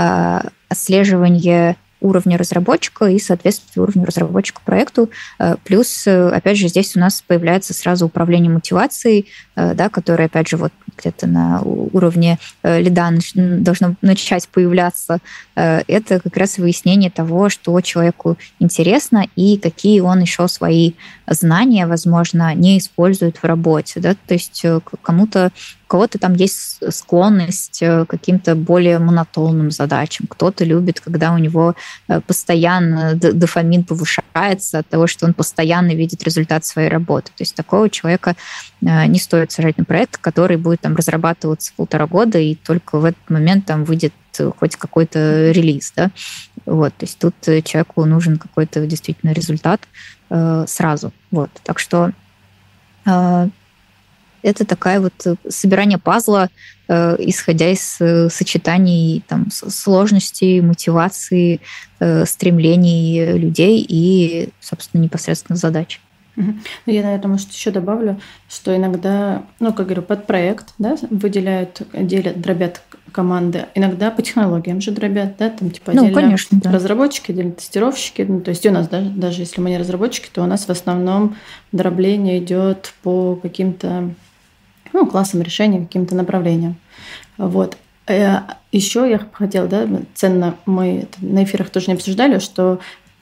отслеживание уровня разработчика и соответствие уровню разработчика проекту. Плюс, опять же, здесь у нас появляется сразу управление мотивацией, да, которое, опять же, вот где-то на уровне лида должно начать появляться. Это как раз выяснение того, что человеку интересно и какие он еще свои знания, возможно, не использует в работе. Да? То есть кому-то у кого-то там есть склонность к каким-то более монотонным задачам. Кто-то любит, когда у него постоянно дофамин повышается от того, что он постоянно видит результат своей работы. То есть такого человека не стоит сажать на проект, который будет там разрабатываться полтора года, и только в этот момент там выйдет хоть какой-то релиз. Да? Вот, то есть тут человеку нужен какой-то действительно результат э, сразу. Вот, так что э, это такая вот собирание пазла, э, исходя из э, сочетаний там, сложностей, мотивации, э, стремлений людей и, собственно, непосредственно задач. Ну, я, наверное, может, еще добавлю, что иногда, ну, как говорю, под проект, да, выделяют, делят, дробят команды. Иногда по технологиям же дробят, да, там типа ну, отдельно конечно, да. разработчики, отдельно тестировщики. Ну, то есть у нас, да, даже если мы не разработчики, то у нас в основном дробление идет по каким-то, ну, классам решений, каким-то направлениям. Вот. Еще я хотела, да, ценно, мы на эфирах тоже не обсуждали, что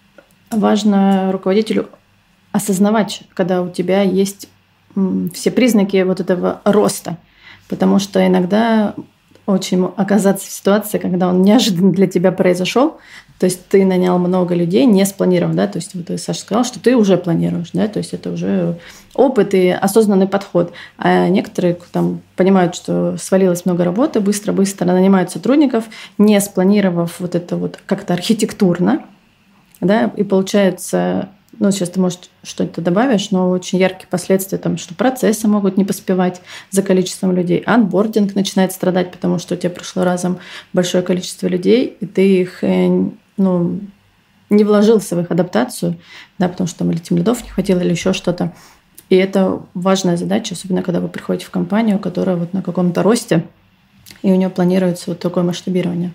важно руководителю осознавать, когда у тебя есть все признаки вот этого роста. Потому что иногда очень оказаться в ситуации, когда он неожиданно для тебя произошел, то есть ты нанял много людей, не спланировав, да, то есть вот Саша сказал, что ты уже планируешь, да, то есть это уже опыт и осознанный подход. А некоторые там понимают, что свалилось много работы, быстро-быстро нанимают сотрудников, не спланировав вот это вот как-то архитектурно, да, и получается... Ну, сейчас ты, может, что-то добавишь, но очень яркие последствия, там, что процессы могут не поспевать за количеством людей. Анбординг начинает страдать, потому что у тебя прошло разом большое количество людей, и ты их, ну, не вложился в их адаптацию, да, потому что там или тимлидов не хватило, или еще что-то. И это важная задача, особенно когда вы приходите в компанию, которая вот на каком-то росте, и у нее планируется вот такое масштабирование.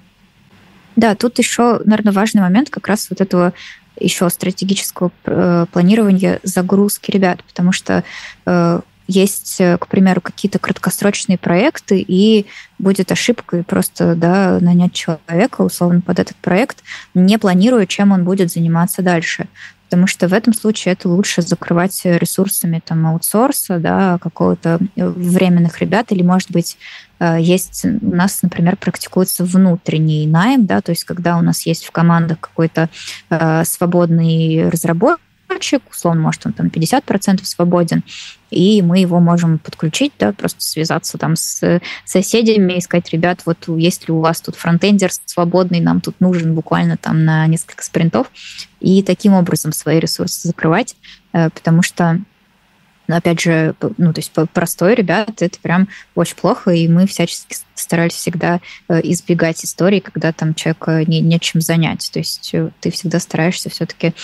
Да, тут еще, наверное, важный момент как раз вот этого еще стратегического планирования загрузки ребят, потому что э, есть, к примеру, какие-то краткосрочные проекты, и будет ошибкой просто, да, нанять человека условно под этот проект, не планируя, чем он будет заниматься дальше. Потому что в этом случае это лучше закрывать ресурсами там, аутсорса, да, какого-то временных ребят, или, может быть, есть у нас, например, практикуется внутренний найм, да, то есть когда у нас есть в командах какой-то э, свободный разработчик, условно, может, он там пятьдесят процентов свободен, и мы его можем подключить, да, просто связаться там с соседями и сказать, ребят, вот есть ли у вас тут фронтендер свободный, нам тут нужен буквально там на несколько спринтов, и таким образом свои ресурсы закрывать, э, потому что опять же, ну, то есть простой, ребят, это прям очень плохо, и мы всячески старались всегда избегать историй, когда там человека не, нечем занять. То есть ты всегда стараешься все-таки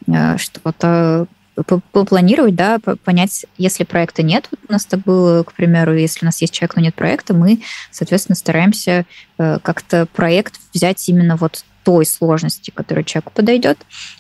что-то попланировать, да, понять, если проекта нет, вот у нас так было, к примеру, если у нас есть человек, но нет проекта, мы, соответственно, стараемся как-то проект взять именно вот той сложности, которая человеку подойдет,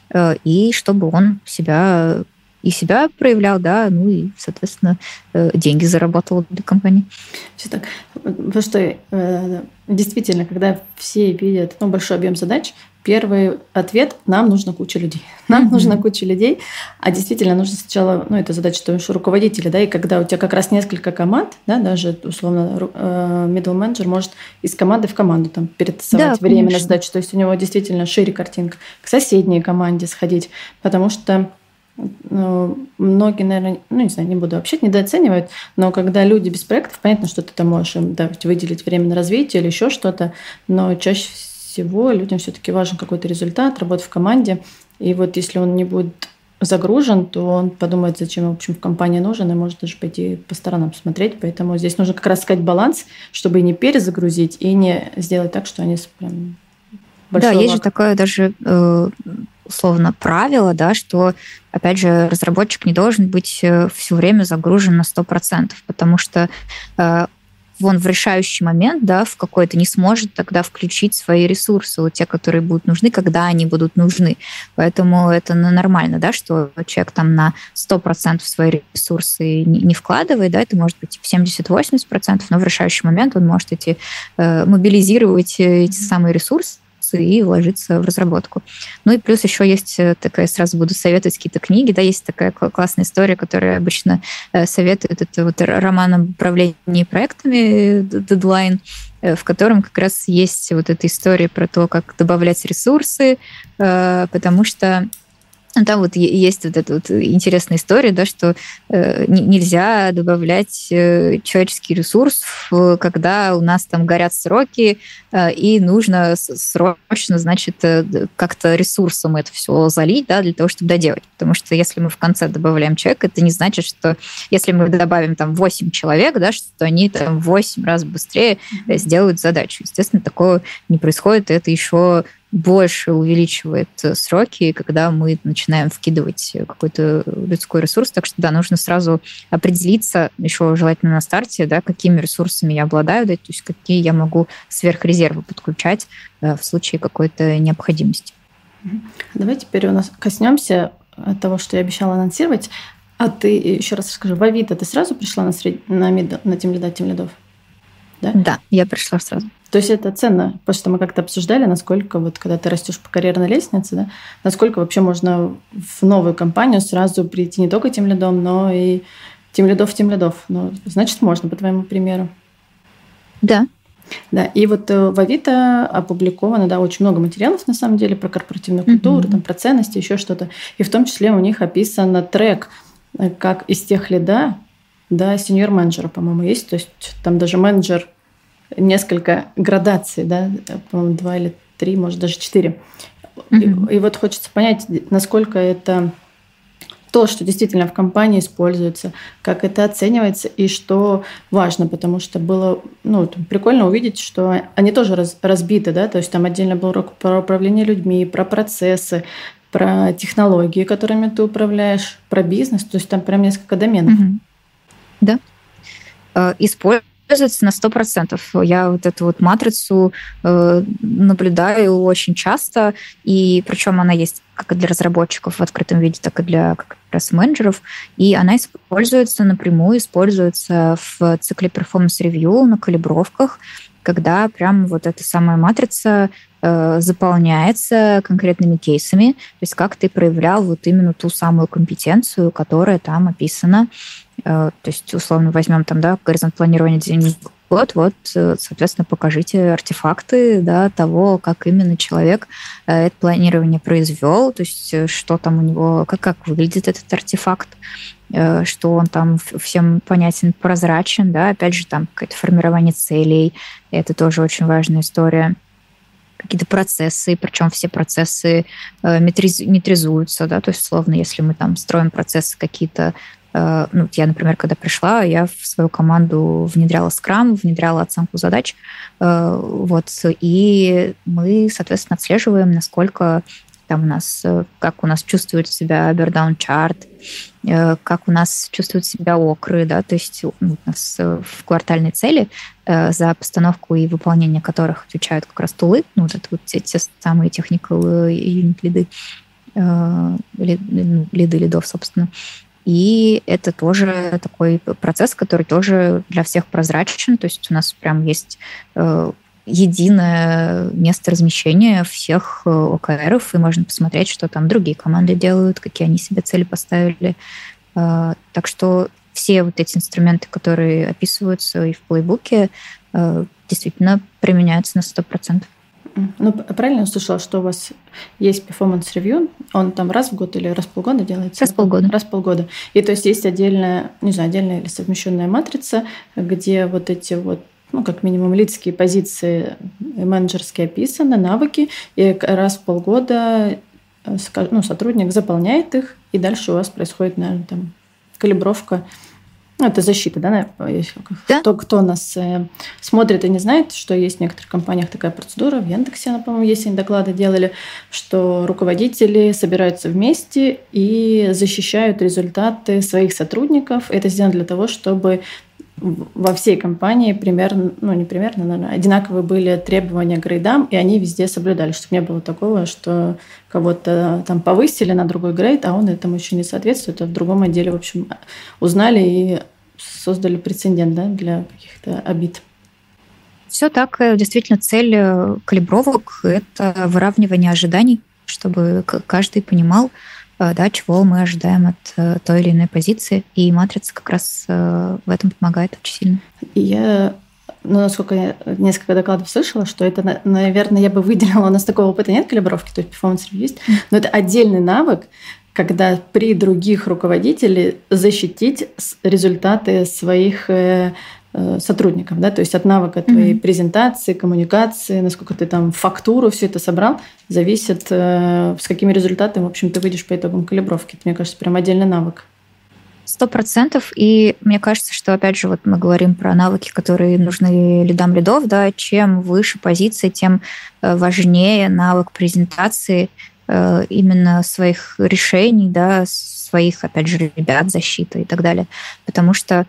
и чтобы он себя... и себя проявлял, да, ну и, соответственно, деньги заработал для компании. Все так. Потому что действительно, когда все видят, ну, большой объем задач, первый ответ – нам нужно куча людей. Нам mm-hmm. нужна куча людей, а действительно нужно сначала, ну, это задача того, что руководителя, да, и когда у тебя как раз несколько команд, да, даже, условно, middle manager может из команды в команду там перетасовать да, время на задачу, то есть у него действительно шире картинка, к соседней команде сходить, потому что Ну, многие, наверное, ну, не знаю, не буду вообще недооценивать, но когда люди без проектов, понятно, что ты там можешь им да, выделить время на развитие или еще что-то, но чаще всего людям все-таки важен какой-то результат, работа в команде. И вот если он не будет загружен, то он подумает, зачем в общем в компании нужен, и может даже пойти по сторонам посмотреть. Поэтому здесь нужно как раз искать баланс, чтобы и не перезагрузить, и не сделать так, что они прям большой Да, лак. есть же такое даже э, условно правило, да, что, опять же, разработчик не должен быть все время загружен на сто процентов, потому что э, он в решающий момент, да, в какой-то не сможет тогда включить свои ресурсы, вот те, которые будут нужны, когда они будут нужны. Поэтому это нормально, да, что человек там на сто процентов свои ресурсы не, не вкладывает, да, это может быть в семьдесят-восемьдесят процентов, но в решающий момент он может эти, э, мобилизировать эти самые ресурсы и вложиться в разработку. Ну и плюс еще есть такая, сразу буду советовать какие-то книги, да, есть такая классная история, которую обычно советуют, это вот роман об управлении проектами «Дедлайн», в котором как раз есть вот эта история про то, как добавлять ресурсы, потому что там вот есть вот эта вот интересная история, да, что э, нельзя добавлять э, человеческий ресурс, когда у нас там горят сроки, э, и нужно срочно, значит, э, как-то ресурсом это все залить, да, для того, чтобы доделать. Потому что если мы в конце добавляем человека, это не значит, что если мы добавим там восемь человек, да, что они там в восемь раз быстрее сделают задачу. Естественно, такого не происходит, и это еще больше увеличивает сроки, когда мы начинаем вкидывать какой-то людской ресурс. Так что, да, нужно сразу определиться, еще желательно на старте, да, какими ресурсами я обладаю, да, то есть какие я могу сверхрезервы подключать да, в случае какой-то необходимости. Давай теперь у нас коснемся того, что я обещала анонсировать. А ты, еще раз расскажи, в Авито ты сразу пришла на, сред... на, мид... на тимлида, тимлидов? Да? Да, я пришла сразу. То есть это ценно, потому что мы как-то обсуждали, насколько вот когда ты растешь по карьерной лестнице, да, насколько вообще можно в новую компанию сразу прийти не только тимлидом, но и тимлидов тимлидов. Ну, значит, можно, по твоему примеру. Да. Да, и вот в Авито опубликовано, да, очень много материалов, на самом деле, про корпоративную культуру, mm-hmm. там, про ценности, еще что-то. И в том числе у них описан трек, как из тех лида до сеньор-менеджера, по-моему, есть. То есть там даже менеджер несколько градаций, да, по-моему, два или три, может, даже четыре. Mm-hmm. И, и вот хочется понять, насколько это то, что действительно в компании используется, как это оценивается и что важно, потому что было ну, прикольно увидеть, что они тоже раз, разбиты, да, то есть там отдельно был урок про управление людьми, про процессы, про технологии, которыми ты управляешь, про бизнес, то есть там прям несколько доменов. Mm-hmm. Да. Используется на сто процентов. Я вот эту вот матрицу э, наблюдаю очень часто, и причем она есть как и для разработчиков в открытом виде, так и для как раз менеджеров, и она используется напрямую, используется в цикле перформанс-ревью на калибровках, когда прям вот эта самая матрица э, заполняется конкретными кейсами, то есть как ты проявлял вот именно ту самую компетенцию, которая там описана. То есть, условно, возьмем там, да, горизонт планирования день год, вот, соответственно, покажите артефакты, да, того, как именно человек это планирование произвел, то есть, что там у него, как, как выглядит этот артефакт, что он там всем понятен, прозрачен, да, опять же, там какое-то формирование целей, это тоже очень важная история. Какие-то процессы, причем все процессы метризуются, да, то есть, условно, если мы там строим процессы какие-то. Ну, я, например, когда пришла, я в свою команду внедряла скрам, внедряла оценку задач, вот, и мы, соответственно, отслеживаем, насколько там у нас, как у нас чувствует себя bear-down чарт, как у нас чувствуют себя окры, да, то есть ну, у нас в квартальной цели, за постановку и выполнение которых отвечают как раз тулы, ну, вот это вот те, те самые technical unit лиды, лиды лидов, собственно. И это тоже такой процесс, который тоже для всех прозрачен. То есть у нас прям есть э, единое место размещения всех о ка эров, и можно посмотреть, что там другие команды делают, какие они себе цели поставили. Э, так что все вот эти инструменты, которые описываются и в плейбуке, э, действительно применяются на сто процентов. Ну, правильно услышала, что у вас есть performance review, он там раз в год или раз в полгода делается? Раз в полгода. Раз в полгода. И то есть есть отдельная, не знаю, отдельная или совмещенная матрица, где вот эти вот, ну, как минимум, лидские позиции менеджерские описаны, навыки, и раз в полгода, ну, сотрудник заполняет их, и дальше у вас происходит, наверное, там калибровка. Ну, это защита, да? Да. Кто, кто нас э, смотрит и не знает, что есть в некоторых компаниях такая процедура, в Яндексе, она, по-моему, есть, они доклады делали, что руководители собираются вместе и защищают результаты своих сотрудников. Это сделано для того, чтобы во всей компании примерно, ну не примерно, наверное, одинаковые были требования к грейдам, и они везде соблюдали, чтобы не было такого, что кого-то там повысили на другой грейд, а он этому еще не соответствует, а в другом отделе, в общем, узнали и создали прецедент, да, для каких-то обид. Все так. Действительно, цель калибровок – это выравнивание ожиданий, чтобы каждый понимал, да, чего мы ожидаем от той или иной позиции. И матрица как раз в этом помогает очень сильно. И я, ну, насколько я несколько докладов слышала, что это, наверное, я бы выделила, у нас такого опыта нет калибровки, то есть performance review есть, но это отдельный навык, когда при других руководителей защитить результаты своих сотрудников, да, то есть от навыка твоей mm-hmm. презентации, коммуникации, насколько ты там фактуру, все это собрал, зависит, с какими результатами, в общем, ты выйдешь по итогам калибровки. Это, мне кажется, прям отдельный навык. Сто процентов. И мне кажется, что, опять же, вот мы говорим про навыки, которые нужны лидам лидов, да, чем выше позиция, тем важнее навык презентации именно своих решений, да, своих, опять же, ребят, защиты и так далее. Потому что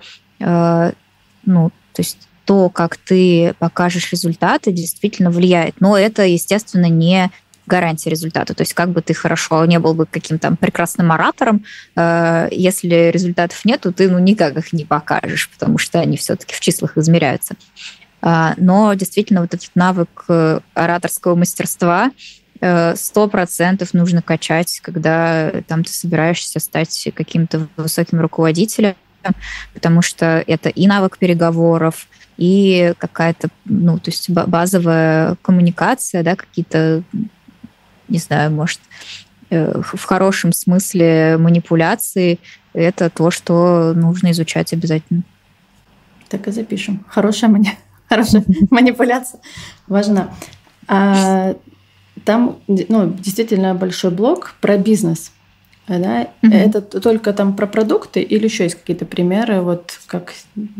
ну, то есть то, как ты покажешь результаты, действительно влияет. Но это, естественно, не гарантия результата. То есть как бы ты хорошо не был бы каким-то прекрасным оратором, если результатов нет, то ты ну, никак их не покажешь, потому что они все-таки в числах измеряются. Но действительно вот этот навык ораторского мастерства сто процентов нужно качать, когда там, ты собираешься стать каким-то высоким руководителем, потому что это и навык переговоров, и какая-то, ну, то есть базовая коммуникация, да, какие-то, не знаю, может, в хорошем смысле манипуляции, это то, что нужно изучать обязательно. Так и запишем. Хорошая, мани... Хорошая манипуляция важна. А там, ну, действительно большой блок про бизнес. Да? Mm-hmm. Это только там про продукты или еще есть какие-то примеры, вот как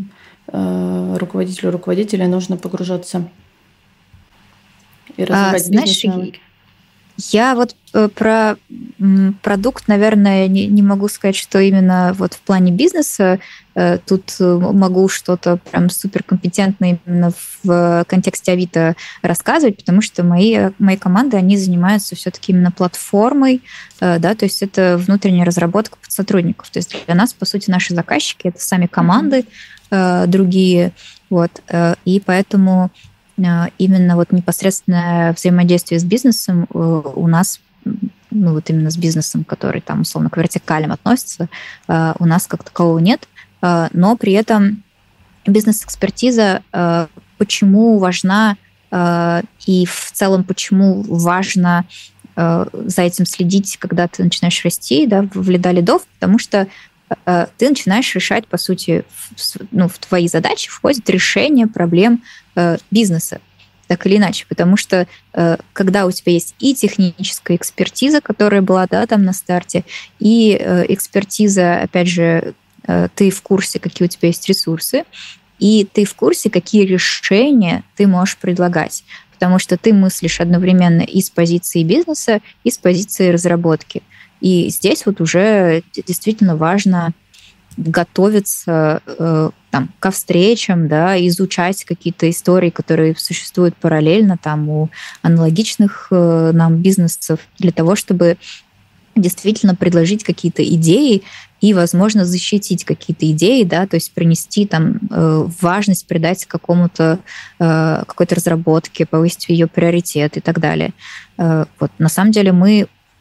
э, руководителю руководителя нужно погружаться и развивать а, бизнес-навыки? Я вот про продукт, наверное, не, не могу сказать, что именно вот в плане бизнеса. Тут могу что-то прям суперкомпетентное именно в контексте Авито рассказывать, потому что мои, мои команды, они занимаются все-таки именно платформой, да, то есть это внутренняя разработка под сотрудников. То есть для нас, по сути, наши заказчики — это сами команды mm-hmm. другие, вот, и поэтому именно вот непосредственное взаимодействие с бизнесом у нас, ну вот именно с бизнесом, который там условно к вертикалям относится, у нас как такового нет, но при этом бизнес-экспертиза почему важна и в целом почему важно за этим следить, когда ты начинаешь расти, да, в лида лидов, потому что ты начинаешь решать, по сути, в, ну, в твои задачи входит решение проблем э, бизнеса, так или иначе. Потому что э, когда у тебя есть и техническая экспертиза, которая была, да, там на старте, и э, экспертиза, опять же, э, ты в курсе, какие у тебя есть ресурсы, и ты в курсе, какие решения ты можешь предлагать. Потому что ты мыслишь одновременно и с позиции бизнеса, и с позиции разработки. И здесь вот уже действительно важно готовиться э, там, ко встречам, да, изучать какие-то истории, которые существуют параллельно там, у аналогичных э, нам бизнесов, для того, чтобы действительно предложить какие-то идеи и, возможно, защитить какие-то идеи, да, то есть принести там э, важность, придать какому-то э, какой-то разработке, повысить ее приоритет и так далее. Э, вот на самом деле мы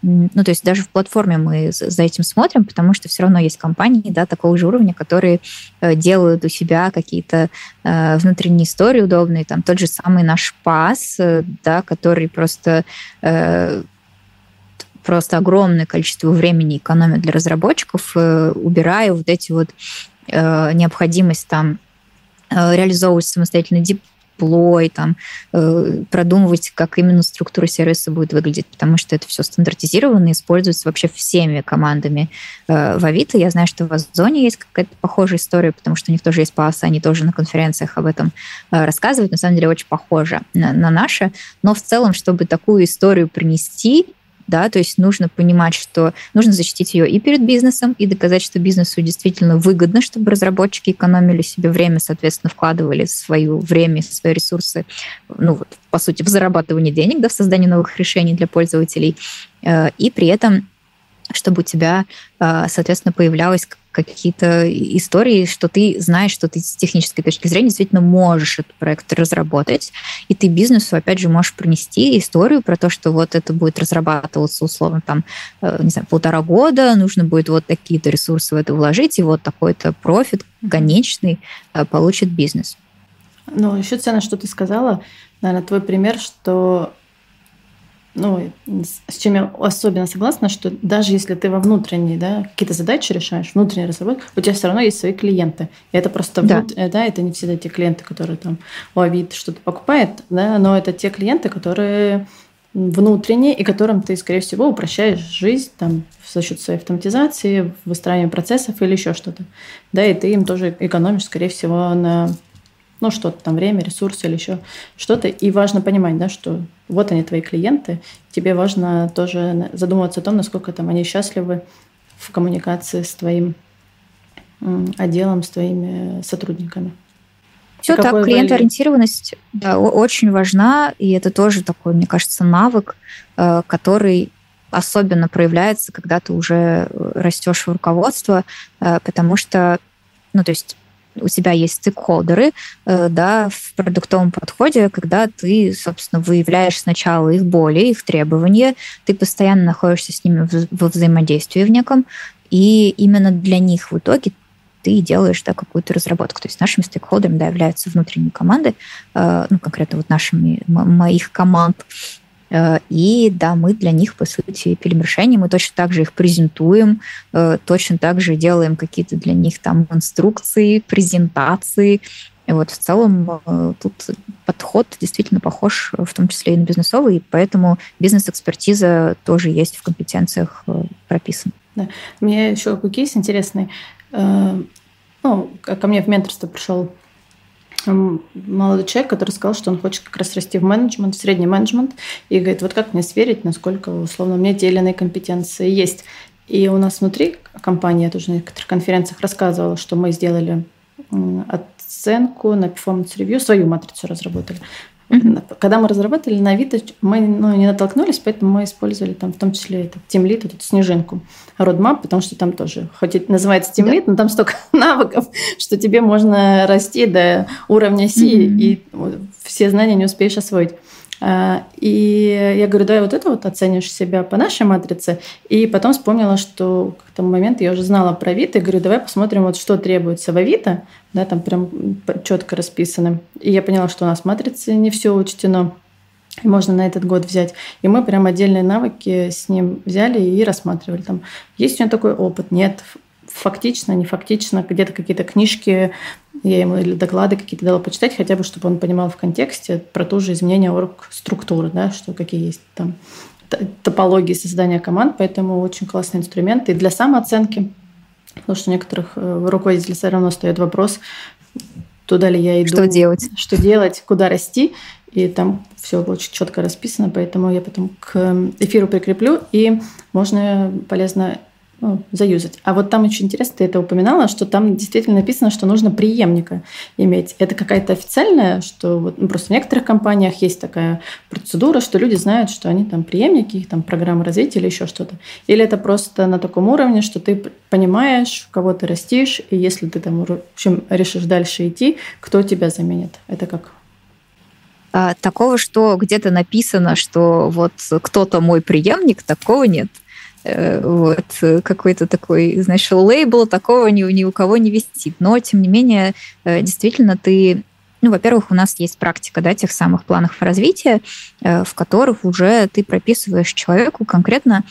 ну, то есть даже в платформе мы за этим смотрим, потому что все равно есть компании, да, такого же уровня, которые делают у себя какие-то э, внутренние истории удобные, там тот же самый наш пас, э, да, который просто, э, просто огромное количество времени экономит для разработчиков, э, убирая вот эти вот э, необходимость там э, реализовывать самостоятельно диплом, там, э, продумывать, как именно структура сервиса будет выглядеть, потому что это все стандартизировано и используется вообще всеми командами э, в Авито. Я знаю, что в Озоне есть какая-то похожая история, потому что у них тоже есть пас, они тоже на конференциях об этом э, рассказывают. На самом деле очень похоже на, на наше. Но в целом, чтобы такую историю принести, да, то есть нужно понимать, что нужно защитить ее и перед бизнесом, и доказать, что бизнесу действительно выгодно, чтобы разработчики экономили себе время, соответственно, вкладывали свое время, свои ресурсы, ну, вот, по сути, в зарабатывание денег, да, в создание новых решений для пользователей, и при этом чтобы у тебя, соответственно, появлялось какие-то истории, что ты знаешь, что ты с технической точки зрения действительно можешь этот проект разработать, и ты бизнесу, опять же, можешь принести историю про то, что вот это будет разрабатываться условно там, не знаю, полтора года, нужно будет вот такие-то ресурсы в это вложить, и вот такой-то профит конечный получит бизнес. Ну, еще ценно, что ты сказала, наверное, твой пример, что ну, с чем я особенно согласна, что даже если ты во внутренней, да, какие-то задачи решаешь, внутренней разработки, у тебя все равно есть свои клиенты. И это просто, да. Внут... да, это не всегда те клиенты, которые там у Авито что-то покупают, да, но это те клиенты, которые внутренние, и которым ты, скорее всего, упрощаешь жизнь там, за счет своей автоматизации, выстраивания процессов или еще что-то. Да, и ты им тоже экономишь, скорее всего, на ну, что-то там, время, ресурсы или еще что-то. И важно понимать, да, что вот они, твои клиенты. Тебе важно тоже задумываться о том, насколько там они счастливы в коммуникации с твоим отделом, с твоими сотрудниками. Все так, клиентоориентированность да, очень важна, и это тоже такой, мне кажется, навык, который особенно проявляется, когда ты уже растешь в руководство, потому что, ну, то есть у тебя есть стейкхолдеры, да, в продуктовом подходе, когда ты, собственно, выявляешь сначала их боли, их требования, ты постоянно находишься с ними во взаимодействии в неком, и именно для них в итоге ты делаешь да, какую-то разработку. То есть нашими стейкхолдерами да, являются внутренние команды, ну, конкретно вот нашими, моих команд, и да, мы для них, по сути, пилим решения, мы точно так же их презентуем, точно так же делаем какие-то для них там инструкции, презентации. И вот в целом тут подход действительно похож, в том числе и на бизнесовый, и поэтому бизнес-экспертиза тоже есть в компетенциях прописана. Да. У меня еще какой кейс интересный. Ну, ко мне в менторство пришел молодой человек, который сказал, что он хочет как раз расти в менеджмент, в средний менеджмент, и говорит, вот как мне сверить, насколько, условно, у меня те или иные компетенции есть. И у нас внутри компании, я тоже на некоторых конференциях рассказывала, что мы сделали оценку на перформанс-ревью, свою матрицу разработали. Mm-hmm. Когда мы разработали на Авито, мы ну, не натолкнулись, поэтому мы использовали там, в том числе этот тимлид, эту снежинку, roadmap, потому что там тоже, хоть это называется тимлид, да. но там столько навыков, что тебе можно расти до уровня C, mm-hmm. и все знания не успеешь освоить. И я говорю, давай вот это вот оценишь себя по нашей матрице. И потом вспомнила, что к тому моменту я уже знала про Авито. И говорю, давай посмотрим, вот что требуется в Авито. Да, там прям четко расписано. И я поняла, что у нас в матрице не все учтено. И можно на этот год взять. И мы прям отдельные навыки с ним взяли и рассматривали. Там, есть у него такой опыт? Нет. Фактично, не фактично. Где-то какие-то книжки я ему или доклады какие-то дала почитать, хотя бы, чтобы он понимал в контексте про то же изменение орг-структуры, да, что какие есть там топологии создания команд, поэтому очень классный инструмент. И для самооценки, потому что у некоторых руководителей все равно стоит вопрос, туда ли я иду. Что делать? Что делать, куда расти. И там все очень четко расписано, поэтому я потом к эфиру прикреплю, и можно полезно ну, заюзать. А вот там очень интересно, ты это упоминала, что там действительно написано, что нужно преемника иметь. Это какая-то официальная, что вот, ну, просто в некоторых компаниях есть такая процедура, что люди знают, что они там преемники, их там программа развития или еще что-то. Или это просто на таком уровне, что ты понимаешь, в кого ты растишь, и если ты там в общем, решишь дальше идти, кто тебя заменит. Это как? Такого, что где-то написано, что вот кто-то мой преемник, такого нет. Вот, какой-то такой, знаешь, лейбл такого ни, ни у кого не висит. Но, тем не менее, действительно, ты... Ну, во-первых, у нас есть практика, да, тех самых планов развития, в которых уже ты прописываешь человеку конкретно,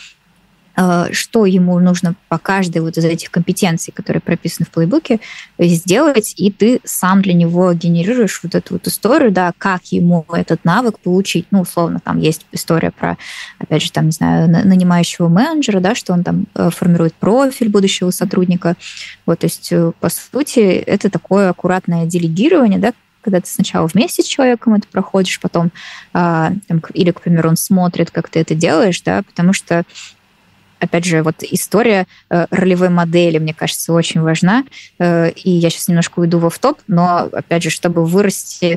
что ему нужно по каждой вот из этих компетенций, которые прописаны в плейбуке, сделать, и ты сам для него генерируешь вот эту вот историю, да, как ему этот навык получить. Ну, условно, там есть история про, опять же, там, не знаю, нанимающего менеджера, да, что он там формирует профиль будущего сотрудника. Вот, то есть, по сути, это такое аккуратное делегирование, да, когда ты сначала вместе с человеком это проходишь, потом, там, или, к примеру, он смотрит, как ты это делаешь, да, потому что опять же, вот история э, ролевой модели, мне кажется, очень важна. Э, и я сейчас немножко уйду в офф-топ, но, опять же, чтобы вырасти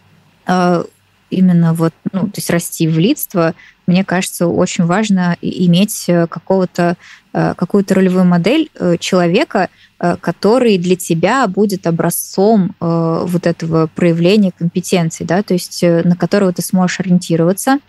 э, именно вот, ну, то есть расти в лидство, мне кажется, очень важно иметь какого-то, э, какую-то ролевую модель э, человека, э, который для тебя будет образцом э, вот этого проявления компетенций, да, то есть э, на которого ты сможешь ориентироваться,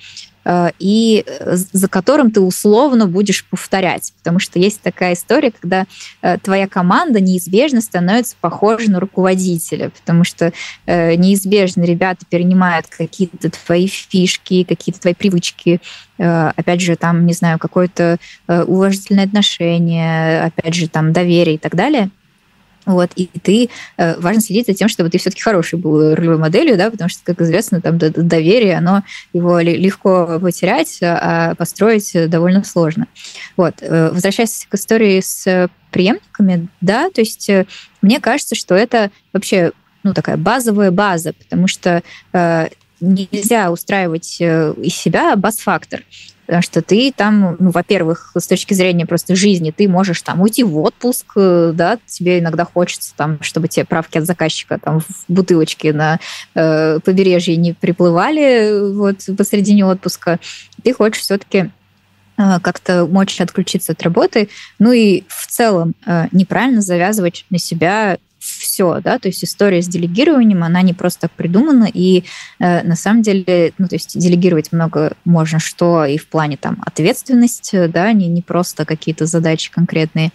и за которым ты условно будешь повторять. Потому что есть такая история, когда твоя команда неизбежно становится похожа на руководителя, потому что неизбежно ребята перенимают какие-то твои фишки, какие-то твои привычки, опять же, там, не знаю, какое-то уважительное отношение, опять же, там, доверие и так далее. Вот, и ты, важно следить за тем, чтобы ты все-таки хорошей был ролевой моделью, да, потому что, как известно, там доверие, оно, его легко потерять, а построить довольно сложно. Вот, возвращаясь к истории с преемниками, да, то есть мне кажется, что это вообще, ну, такая базовая база, потому что нельзя устраивать из себя бас-фактор. Потому что ты там, ну, во-первых, с точки зрения просто жизни, ты можешь там уйти в отпуск, да, тебе иногда хочется, там, чтобы те правки от заказчика там в бутылочке на э, побережье не приплывали вот посредине отпуска. Ты хочешь все-таки э, как-то мочь отключиться от работы, ну и в целом э, неправильно завязывать на себя все, да, то есть история с делегированием, она не просто так придумана, и э, на самом деле, ну, то есть делегировать много можно, что и в плане там ответственности, да, не, не просто какие-то задачи конкретные,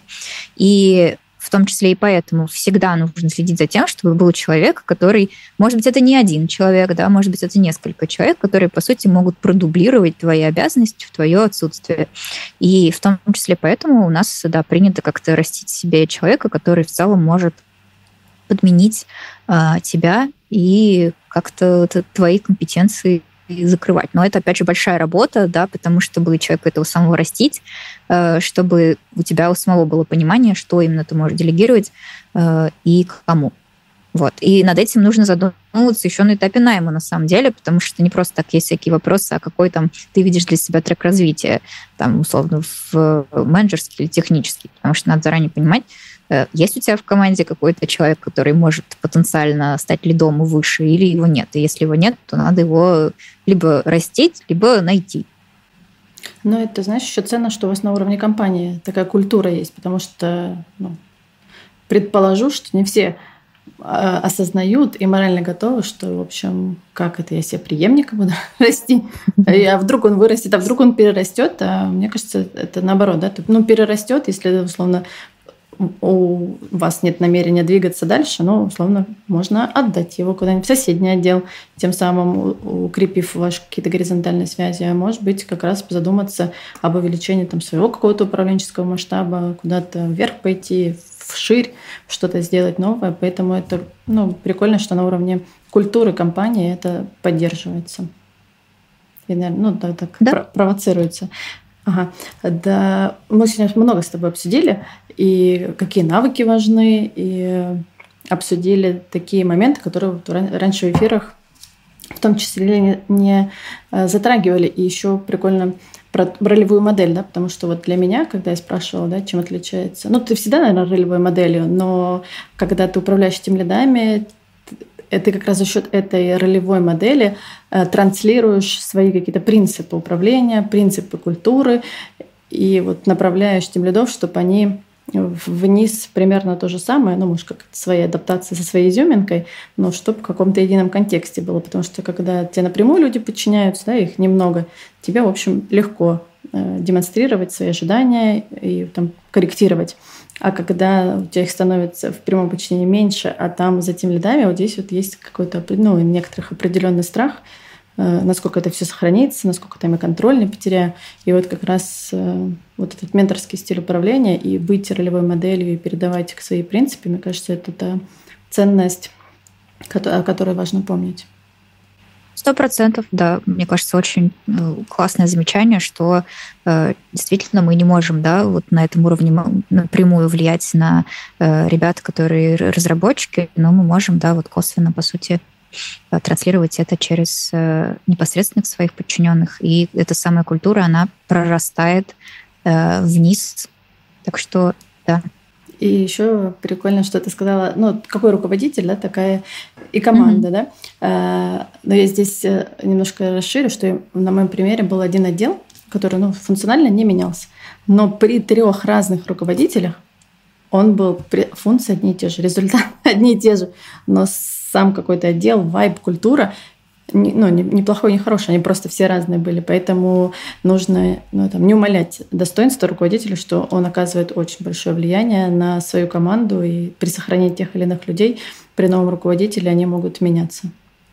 и в том числе и поэтому всегда нужно следить за тем, чтобы был человек, который, может быть, это не один человек, да, может быть, это несколько человек, которые, по сути, могут продублировать твои обязанности в твое отсутствие. И в том числе поэтому у нас, да, принято как-то растить себе человека, который в целом может подменить а, тебя и как-то твои компетенции закрывать. Но это, опять же, большая работа, да, потому что чтобы человека этого самого растить, чтобы у тебя у самого было понимание, что именно ты можешь делегировать и к кому. Вот. И над этим нужно задумываться еще на этапе найма, на самом деле, потому что не просто так есть всякие вопросы, а какой там ты видишь для себя трек развития, там, условно, в менеджерский или технический, потому что надо заранее понимать, есть у тебя в команде какой-то человек, который может потенциально стать лидом и выше, или его нет. И если его нет, то надо его либо растить, либо найти. Ну, это, знаешь, еще ценно, что у вас на уровне компании такая культура есть, потому что, ну, предположу, что не все осознают и морально готовы, что, в общем, как это я себе преемника буду расти, а вдруг он вырастет, а вдруг он перерастет, а мне кажется, это наоборот, да, ну, перерастет, если, условно, у вас нет намерения двигаться дальше, но, условно, можно отдать его куда-нибудь в соседний отдел, тем самым укрепив ваши какие-то горизонтальные связи, а может быть, как раз задуматься об увеличении там своего какого-то управленческого масштаба, куда-то вверх пойти, вширь, что-то сделать новое. Поэтому это, ну, прикольно, что на уровне культуры компании это поддерживается. И, наверное, ну, так, так да? провоцируется. Ага. Да, мы сегодня много с тобой обсудили, и какие навыки важны, и обсудили такие моменты, которые вот раньше в эфирах в том числе не, не затрагивали. И еще прикольно про ролевую модель, да, потому что вот для меня, когда я спрашивала, да, чем отличается... Ну, ты всегда, наверное, ролевой моделью, но когда ты управляешь тем лидами, ты как раз за счет этой ролевой модели э, транслируешь свои какие-то принципы управления, принципы культуры, и вот направляешь тем лидов, чтобы они вниз примерно то же самое, ну, может, как своя адаптация со своей изюминкой, но чтобы в каком-то едином контексте было, потому что когда тебе напрямую люди подчиняются, да, их немного, тебе, в общем, легко э, демонстрировать свои ожидания и там корректировать. А когда у тебя их становится в прямом подчинении меньше, а там за тем лидами вот здесь вот есть какой-то, ну, некоторых определенный страх, насколько это все сохранится, насколько там я контроль не потеряю. И вот как раз вот этот менторский стиль управления и быть ролевой моделью и передавать свои принципы, мне кажется, это та ценность, о которой важно помнить. Сто процентов, да. Мне кажется, очень классное замечание, что э, действительно мы не можем, да, вот на этом уровне напрямую влиять на э, ребят, которые разработчики, но мы можем, да, вот косвенно, по сути, транслировать это через э, непосредственных своих подчиненных. И эта самая культура, она прорастает э, вниз. Так что, да. И еще прикольно, что ты сказала, ну, какой руководитель, да, такая и команда, mm-hmm. да. А, но я здесь немножко расширю, что на моем примере был один отдел, который, ну, функционально не менялся. Но при трех разных руководителях он был, функции одни и те же, результаты одни и те же, но сам какой-то отдел, вайб, культура, ну, не плохой, не хороший, они просто все разные были. Поэтому нужно, ну, там, не умалять достоинство руководителя, что он оказывает очень большое влияние на свою команду, и при сохранении тех или иных людей при новом руководителе они могут меняться.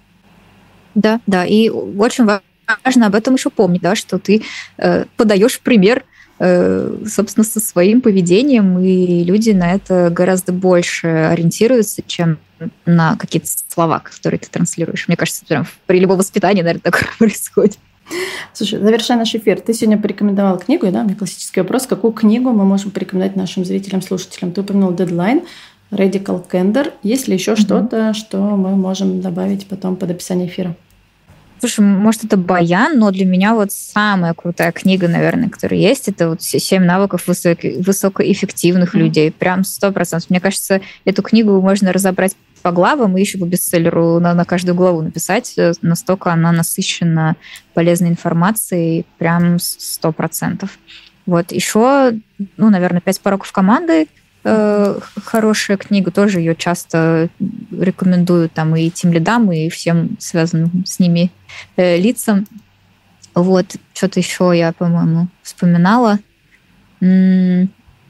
Да, да, и очень важно об этом еще помнить, да, что ты э, подаешь пример, э, собственно, со своим поведением, и люди на это гораздо больше ориентируются, чем на какие-то слова, которые ты транслируешь. Мне кажется, прям при любом воспитании, наверное, такое происходит. Слушай, завершая наш эфир, ты сегодня порекомендовала книгу, да? У меня классический вопрос. Какую книгу мы можем порекомендовать нашим зрителям, слушателям? Ты упомянул «Дедлайн», «Radical Candor». Есть ли еще mm-hmm. что-то, что мы можем добавить потом под описание эфира? Слушай, может, это баян, но для меня вот самая крутая книга, наверное, которая есть, это вот «Семь навыков высоко- высокоэффективных mm-hmm. людей». Прям сто процентов. Мне кажется, эту книгу можно разобрать по главам и еще по бестселлеру на, на каждую главу написать. Настолько она насыщена полезной информацией, прям сто процентов. Вот. Еще, ну, наверное, «Пять пороков команды». Э, хорошая книга, тоже ее часто рекомендуют там и тимлидам, и всем связанным с ними э, лицам. Вот. Что-то еще я, по-моему, вспоминала. М-м-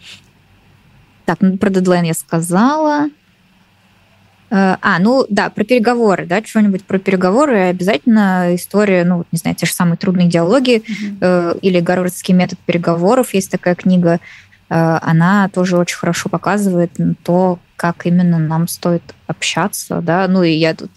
так, ну, про «Дедлайн» я сказала. А, ну да, про переговоры, да, что-нибудь про переговоры, обязательно история, ну, не знаю, те же самые трудные диалоги mm-hmm. э, или «Гарвардский метод переговоров», есть такая книга, э, она тоже очень хорошо показывает то, как именно нам стоит общаться, да, ну и я тут,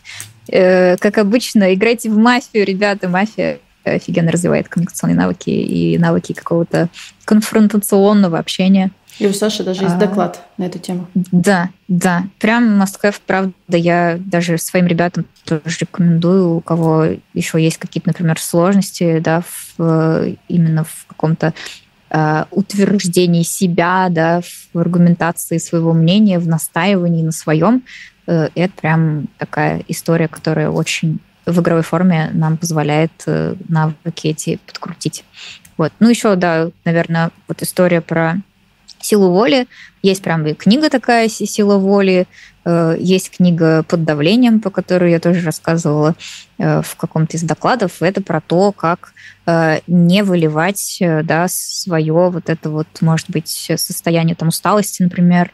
э, как обычно, играйте в мафию, ребята, мафия офигенно развивает коммуникационные навыки и навыки какого-то конфронтационного общения. И у Саши даже есть доклад а, на эту тему. Да, да. Прям must have, правда. Я даже своим ребятам тоже рекомендую, у кого еще есть какие-то, например, сложности, да, в, именно в каком-то э, утверждении себя, да, в аргументации своего мнения, в настаивании на своем. Э, это прям такая история, которая очень в игровой форме нам позволяет э, навыки эти подкрутить. Вот. Ну, еще, да, наверное, вот история про силу воли. Есть прям и книга такая «Сила воли», есть книга «Под давлением», по которой я тоже рассказывала в каком-то из докладов. Это про то, как не выливать, да, свое вот это вот, может быть, состояние там усталости, например,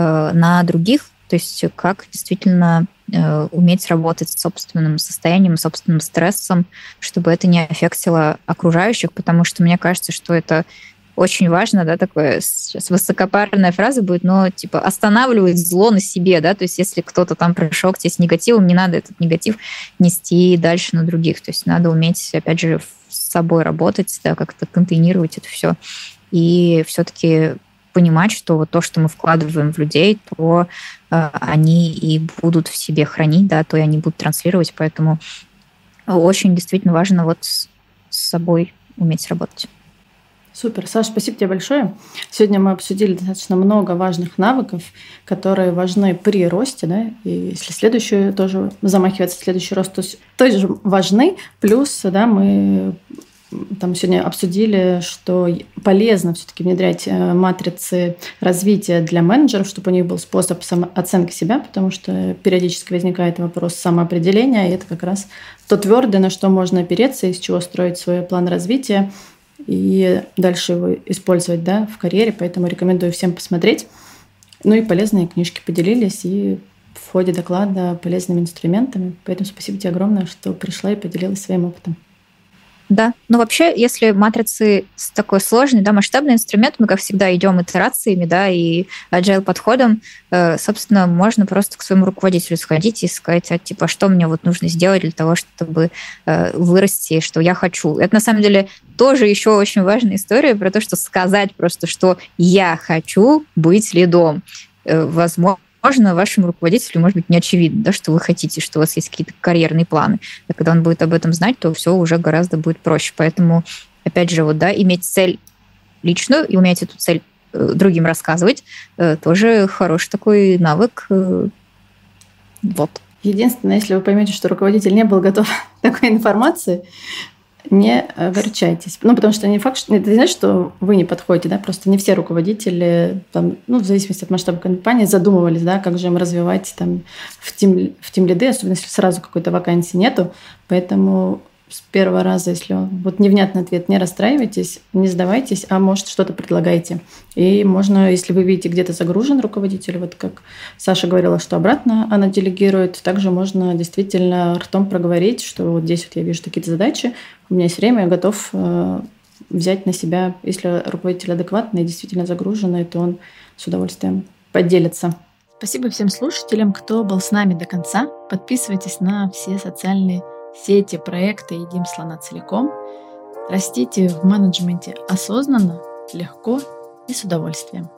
на других. То есть как действительно уметь работать с собственным состоянием, собственным стрессом, чтобы это не аффектило окружающих, потому что мне кажется, что это очень важно, да, такое, сейчас высокопарная фраза будет, но типа останавливать зло на себе, да, то есть если кто-то там пришел к тебе с негативом, не надо этот негатив нести дальше на других, то есть надо уметь, опять же, с собой работать, да, как-то контейнировать это все, и все-таки понимать, что вот то, что мы вкладываем в людей, то э, они и будут в себе хранить, да, то и они будут транслировать, поэтому очень действительно важно вот с, с собой уметь работать. Супер. Саш, спасибо тебе большое. Сегодня мы обсудили достаточно много важных навыков, которые важны при росте, да, и если следующий тоже замахивается, следующий рост, то тоже важны. Плюс, да, мы там сегодня обсудили, что полезно все-таки внедрять матрицы развития для менеджеров, чтобы у них был способ самооценки себя, потому что периодически возникает вопрос самоопределения, и это как раз то твердое, на что можно опереться, из чего строить свой план развития и дальше его использовать, да, в карьере. Поэтому рекомендую всем посмотреть. Ну и полезные книжки поделились, и в ходе доклада полезными инструментами. Поэтому спасибо тебе огромное, что пришла и поделилась своим опытом. Да, но вообще, если матрицы такой сложный, да, масштабный инструмент, мы, как всегда, идем итерациями, да, и agile подходом, собственно, можно просто к своему руководителю сходить и сказать, а, типа, что мне вот нужно сделать для того, чтобы вырасти, что я хочу. Это, на самом деле, тоже еще очень важная история про то, что сказать просто, что я хочу быть лидом. Возможно, Возможно, вашему руководителю, может быть, не очевидно, да, что вы хотите, что у вас есть какие-то карьерные планы. А когда он будет об этом знать, то все уже гораздо будет проще. Поэтому, опять же, вот, да, иметь цель личную и уметь эту цель э, другим рассказывать, э, тоже хороший такой навык. Э, вот. Единственное, если вы поймете, что руководитель не был готов к такой информации, не горчайтесь. Ну, потому что не факт, что это не значит, что вы не подходите, да, просто не все руководители, там, ну, в зависимости от масштаба компании, задумывались, да, как же им развивать там в тим, в тимлиды, особенно если сразу какой-то вакансии нету. Поэтому с первого раза, если вот невнятный ответ, не расстраивайтесь, не сдавайтесь, а может что-то предлагайте. И можно, если вы видите, где-то загружен руководитель, вот как Саша говорила, что обратно она делегирует, также можно действительно ртом проговорить, что вот здесь вот я вижу такие-то задачи, у меня есть время, я готов взять на себя, если руководитель адекватный и действительно загруженный, то он с удовольствием поделится. Спасибо всем слушателям, кто был с нами до конца. Подписывайтесь на все социальные сети, проекты «Едим слона целиком». Растите в менеджменте осознанно, легко и с удовольствием.